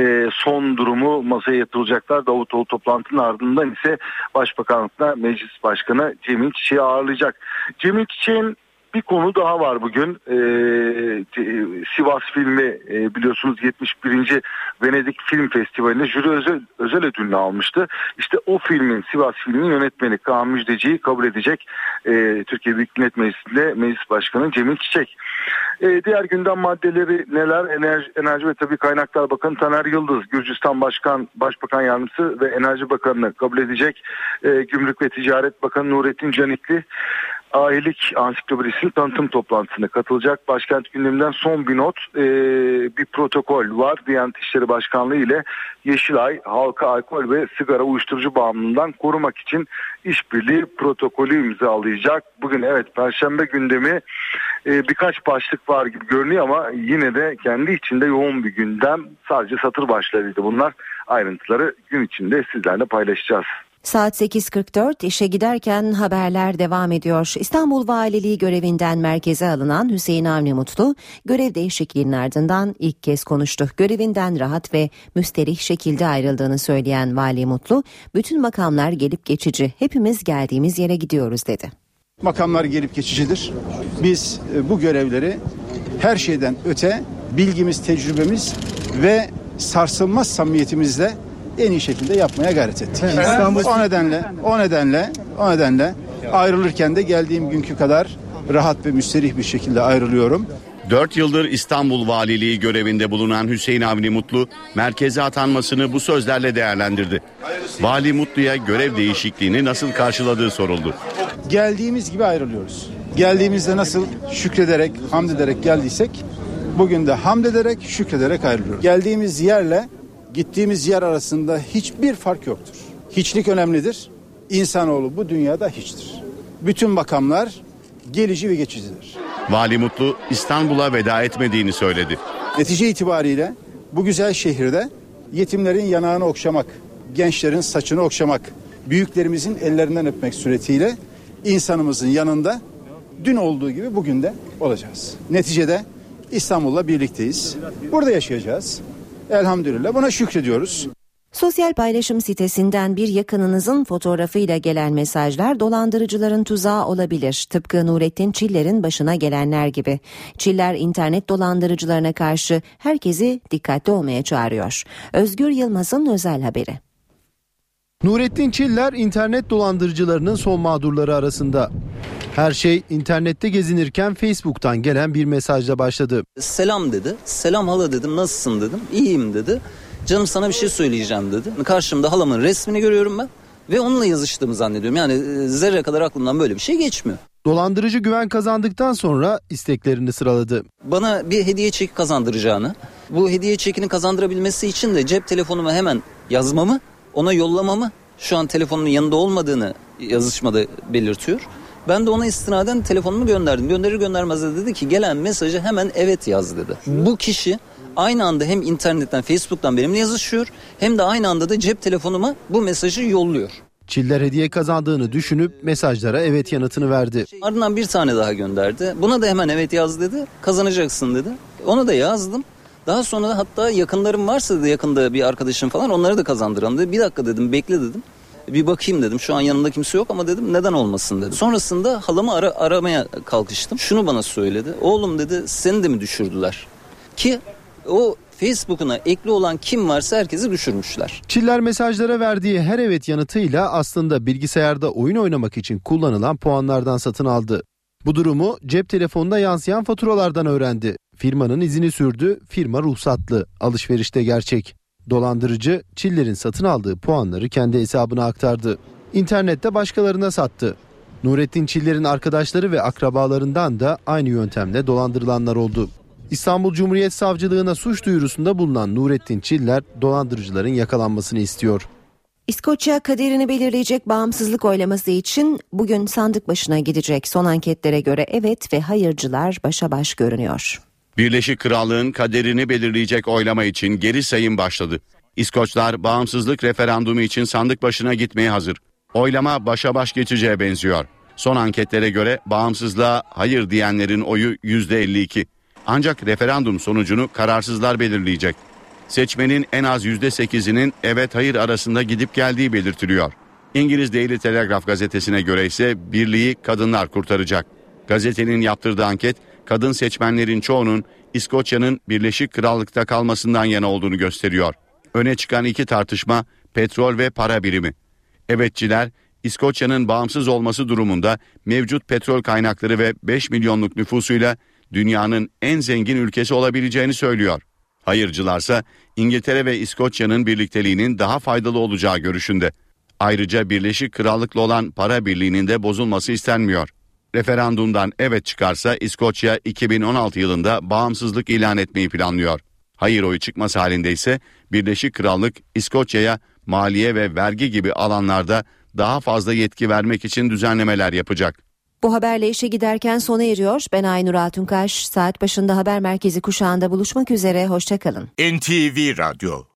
son durumu masaya yatıracaklar. Davutoğlu toplantının ardından ise Başbakanlıkta Meclis Başkanı Cemil Çiçek'i ağırlayacak. Cemil Çiçek'in bir konu daha var bugün. Sivas filmi biliyorsunuz 71. Venedik Film Festivali'nde jüri özel ödülünü almıştı. İşte o filmin, Sivas filminin yönetmeni Kaan Müjdeci'yi kabul edecek Türkiye Büyük Millet Meclisi'nde Meclis Başkanı Cemil Çiçek. Diğer gündem maddeleri neler? Enerji ve Tabii Kaynaklar Bakanı Taner Yıldız, Gürcistan Başbakan Yardımcısı ve Enerji Bakanı'nı kabul edecek. Gümrük ve Ticaret Bakanı Nurettin Canikli Ailelik Ansiklopedisi'nin tanıtım toplantısına katılacak. Başkent gündeminden son bir not, bir protokol var. Diyanet İşleri Başkanlığı ile Yeşilay halka alkol ve sigara uyuşturucu bağımlılığından korumak için işbirliği protokolü imzalayacak. Bugün evet Perşembe gündemi birkaç başlık var gibi görünüyor ama yine de kendi içinde yoğun bir gündem. Sadece satır başlarıydı bunlar. Ayrıntıları gün içinde sizlerle paylaşacağız. Saat 8.44 işe giderken haberler devam ediyor. İstanbul Valiliği görevinden merkeze alınan Hüseyin Avni Mutlu görev değişikliğinin ardından ilk kez konuştu. Görevinden rahat ve müsterih şekilde ayrıldığını söyleyen Vali Mutlu, bütün makamlar gelip geçici, hepimiz geldiğimiz yere gidiyoruz dedi. Makamlar gelip geçicidir. Biz bu görevleri her şeyden öte bilgimiz, tecrübemiz ve sarsılmaz samimiyetimizle en iyi şekilde yapmaya gayret ettik. O nedenle ayrılırken de geldiğim günkü kadar rahat ve müsterih bir şekilde ayrılıyorum. 4 yıldır İstanbul Valiliği görevinde bulunan Hüseyin Avni Mutlu merkeze atanmasını bu sözlerle değerlendirdi. Vali Mutlu'ya görev değişikliğini nasıl karşıladığı soruldu. Geldiğimiz gibi ayrılıyoruz. Geldiğimizde nasıl şükrederek, hamd ederek geldiysek bugün de hamd ederek, şükrederek ayrılıyoruz. Geldiğimiz yerle gittiğimiz yer arasında hiçbir fark yoktur. Hiçlik önemlidir. İnsanoğlu bu dünyada hiçtir. Bütün makamlar gelici ve geçicidir. Vali Mutlu İstanbul'a veda etmediğini söyledi. Netice itibariyle bu güzel şehirde yetimlerin yanağını okşamak, gençlerin saçını okşamak, büyüklerimizin ellerinden öpmek suretiyle insanımızın yanında dün olduğu gibi bugün de olacağız. Neticede İstanbul'la birlikteyiz. Burada yaşayacağız. Elhamdülillah buna şükrediyoruz. Sosyal paylaşım sitesinden bir yakınınızın fotoğrafıyla gelen mesajlar dolandırıcıların tuzağı olabilir. Tıpkı Nurettin Çiller'in başına gelenler gibi. Çiller internet dolandırıcılarına karşı herkesi dikkatli olmaya çağırıyor. Özgür Yılmaz'ın özel haberi. Nurettin Çiller internet dolandırıcılarının son mağdurları arasında. Her şey internette gezinirken Facebook'tan gelen bir mesajla başladı. Selam dedi. Selam hala dedim. Nasılsın dedim. İyiyim dedi. Canım sana bir şey söyleyeceğim dedi. Karşımda halamın resmini görüyorum ben ve onunla yazıştığımı zannediyorum. Yani zerre kadar aklımdan böyle bir şey geçmiyor. Dolandırıcı güven kazandıktan sonra isteklerini sıraladı. Bana bir hediye çeki kazandıracağını, bu hediye çekini kazandırabilmesi için de cep telefonuma hemen yazmamı, ona yollamamı, şu an telefonun yanında olmadığını yazışmada belirtiyor. Ben de ona istinaden telefonumu gönderdim. Gönderir göndermez de dedi ki gelen mesajı hemen evet yaz dedi. Bu kişi aynı anda hem internetten, Facebook'tan benimle yazışıyor hem de aynı anda da cep telefonuma bu mesajı yolluyor. Çiller hediye kazandığını düşünüp mesajlara evet yanıtını verdi. Ardından bir tane daha gönderdi. Buna da hemen evet yaz dedi. Kazanacaksın dedi. Ona da yazdım. Daha sonra da hatta yakınlarım varsa dedi, yakında bir arkadaşım falan, onları da kazandıran dedi. Bir dakika dedim, bekle dedim. Bir bakayım dedim. Şu an yanımda kimse yok ama dedim neden olmasın dedi. Sonrasında halamı aramaya kalkıştım. Şunu bana söyledi. Oğlum dedi, seni de mi düşürdüler? Ki o Facebook'una ekli olan kim varsa herkesi düşürmüşler. Çiller mesajlara verdiği her evet yanıtıyla aslında bilgisayarda oyun oynamak için kullanılan puanlardan satın aldı. Bu durumu cep telefonunda yansıyan faturalardan öğrendi. Firmanın izini sürdü, firma ruhsatlı, alışverişte gerçek. Dolandırıcı Çiller'in satın aldığı puanları kendi hesabına aktardı. İnternette başkalarına sattı. Nurettin Çiller'in arkadaşları ve akrabalarından da aynı yöntemle dolandırılanlar oldu. İstanbul Cumhuriyet Savcılığına suç duyurusunda bulunan Nurettin Çiller dolandırıcıların yakalanmasını istiyor. İskoçya kaderini belirleyecek bağımsızlık oylaması için bugün sandık başına gidecek. Son anketlere göre evet ve hayırcılar başa baş görünüyor. Birleşik Krallığın kaderini belirleyecek oylama için geri sayım başladı. İskoçlar bağımsızlık referandumu için sandık başına gitmeye hazır. Oylama başa baş geçeceğe benziyor. Son anketlere göre bağımsızlığa hayır diyenlerin oyu %52. Ancak referandum sonucunu kararsızlar belirleyecek. Seçmenin en az %8'inin evet hayır arasında gidip geldiği belirtiliyor. İngiliz Daily Telegraph gazetesine göre ise birliği kadınlar kurtaracak. Gazetenin yaptırdığı anket kadın seçmenlerin çoğunun İskoçya'nın Birleşik Krallık'ta kalmasından yana olduğunu gösteriyor. Öne çıkan iki tartışma petrol ve para birimi. Evetçiler İskoçya'nın bağımsız olması durumunda mevcut petrol kaynakları ve 5 milyonluk nüfusuyla dünyanın en zengin ülkesi olabileceğini söylüyor. Hayırcılarsa İngiltere ve İskoçya'nın birlikteliğinin daha faydalı olacağı görüşünde. Ayrıca Birleşik Krallık'la olan para birliğinin de bozulması istenmiyor. Referandumdan evet çıkarsa İskoçya 2016 yılında bağımsızlık ilan etmeyi planlıyor. Hayır oyu çıkması halinde ise Birleşik Krallık İskoçya'ya maliye ve vergi gibi alanlarda daha fazla yetki vermek için düzenlemeler yapacak. Bu haberle işe giderken sona eriyor. Ben Aynur Altunkaş. Saat başında haber merkezi kuşağında buluşmak üzere. Hoşça kalın. NTV Radyo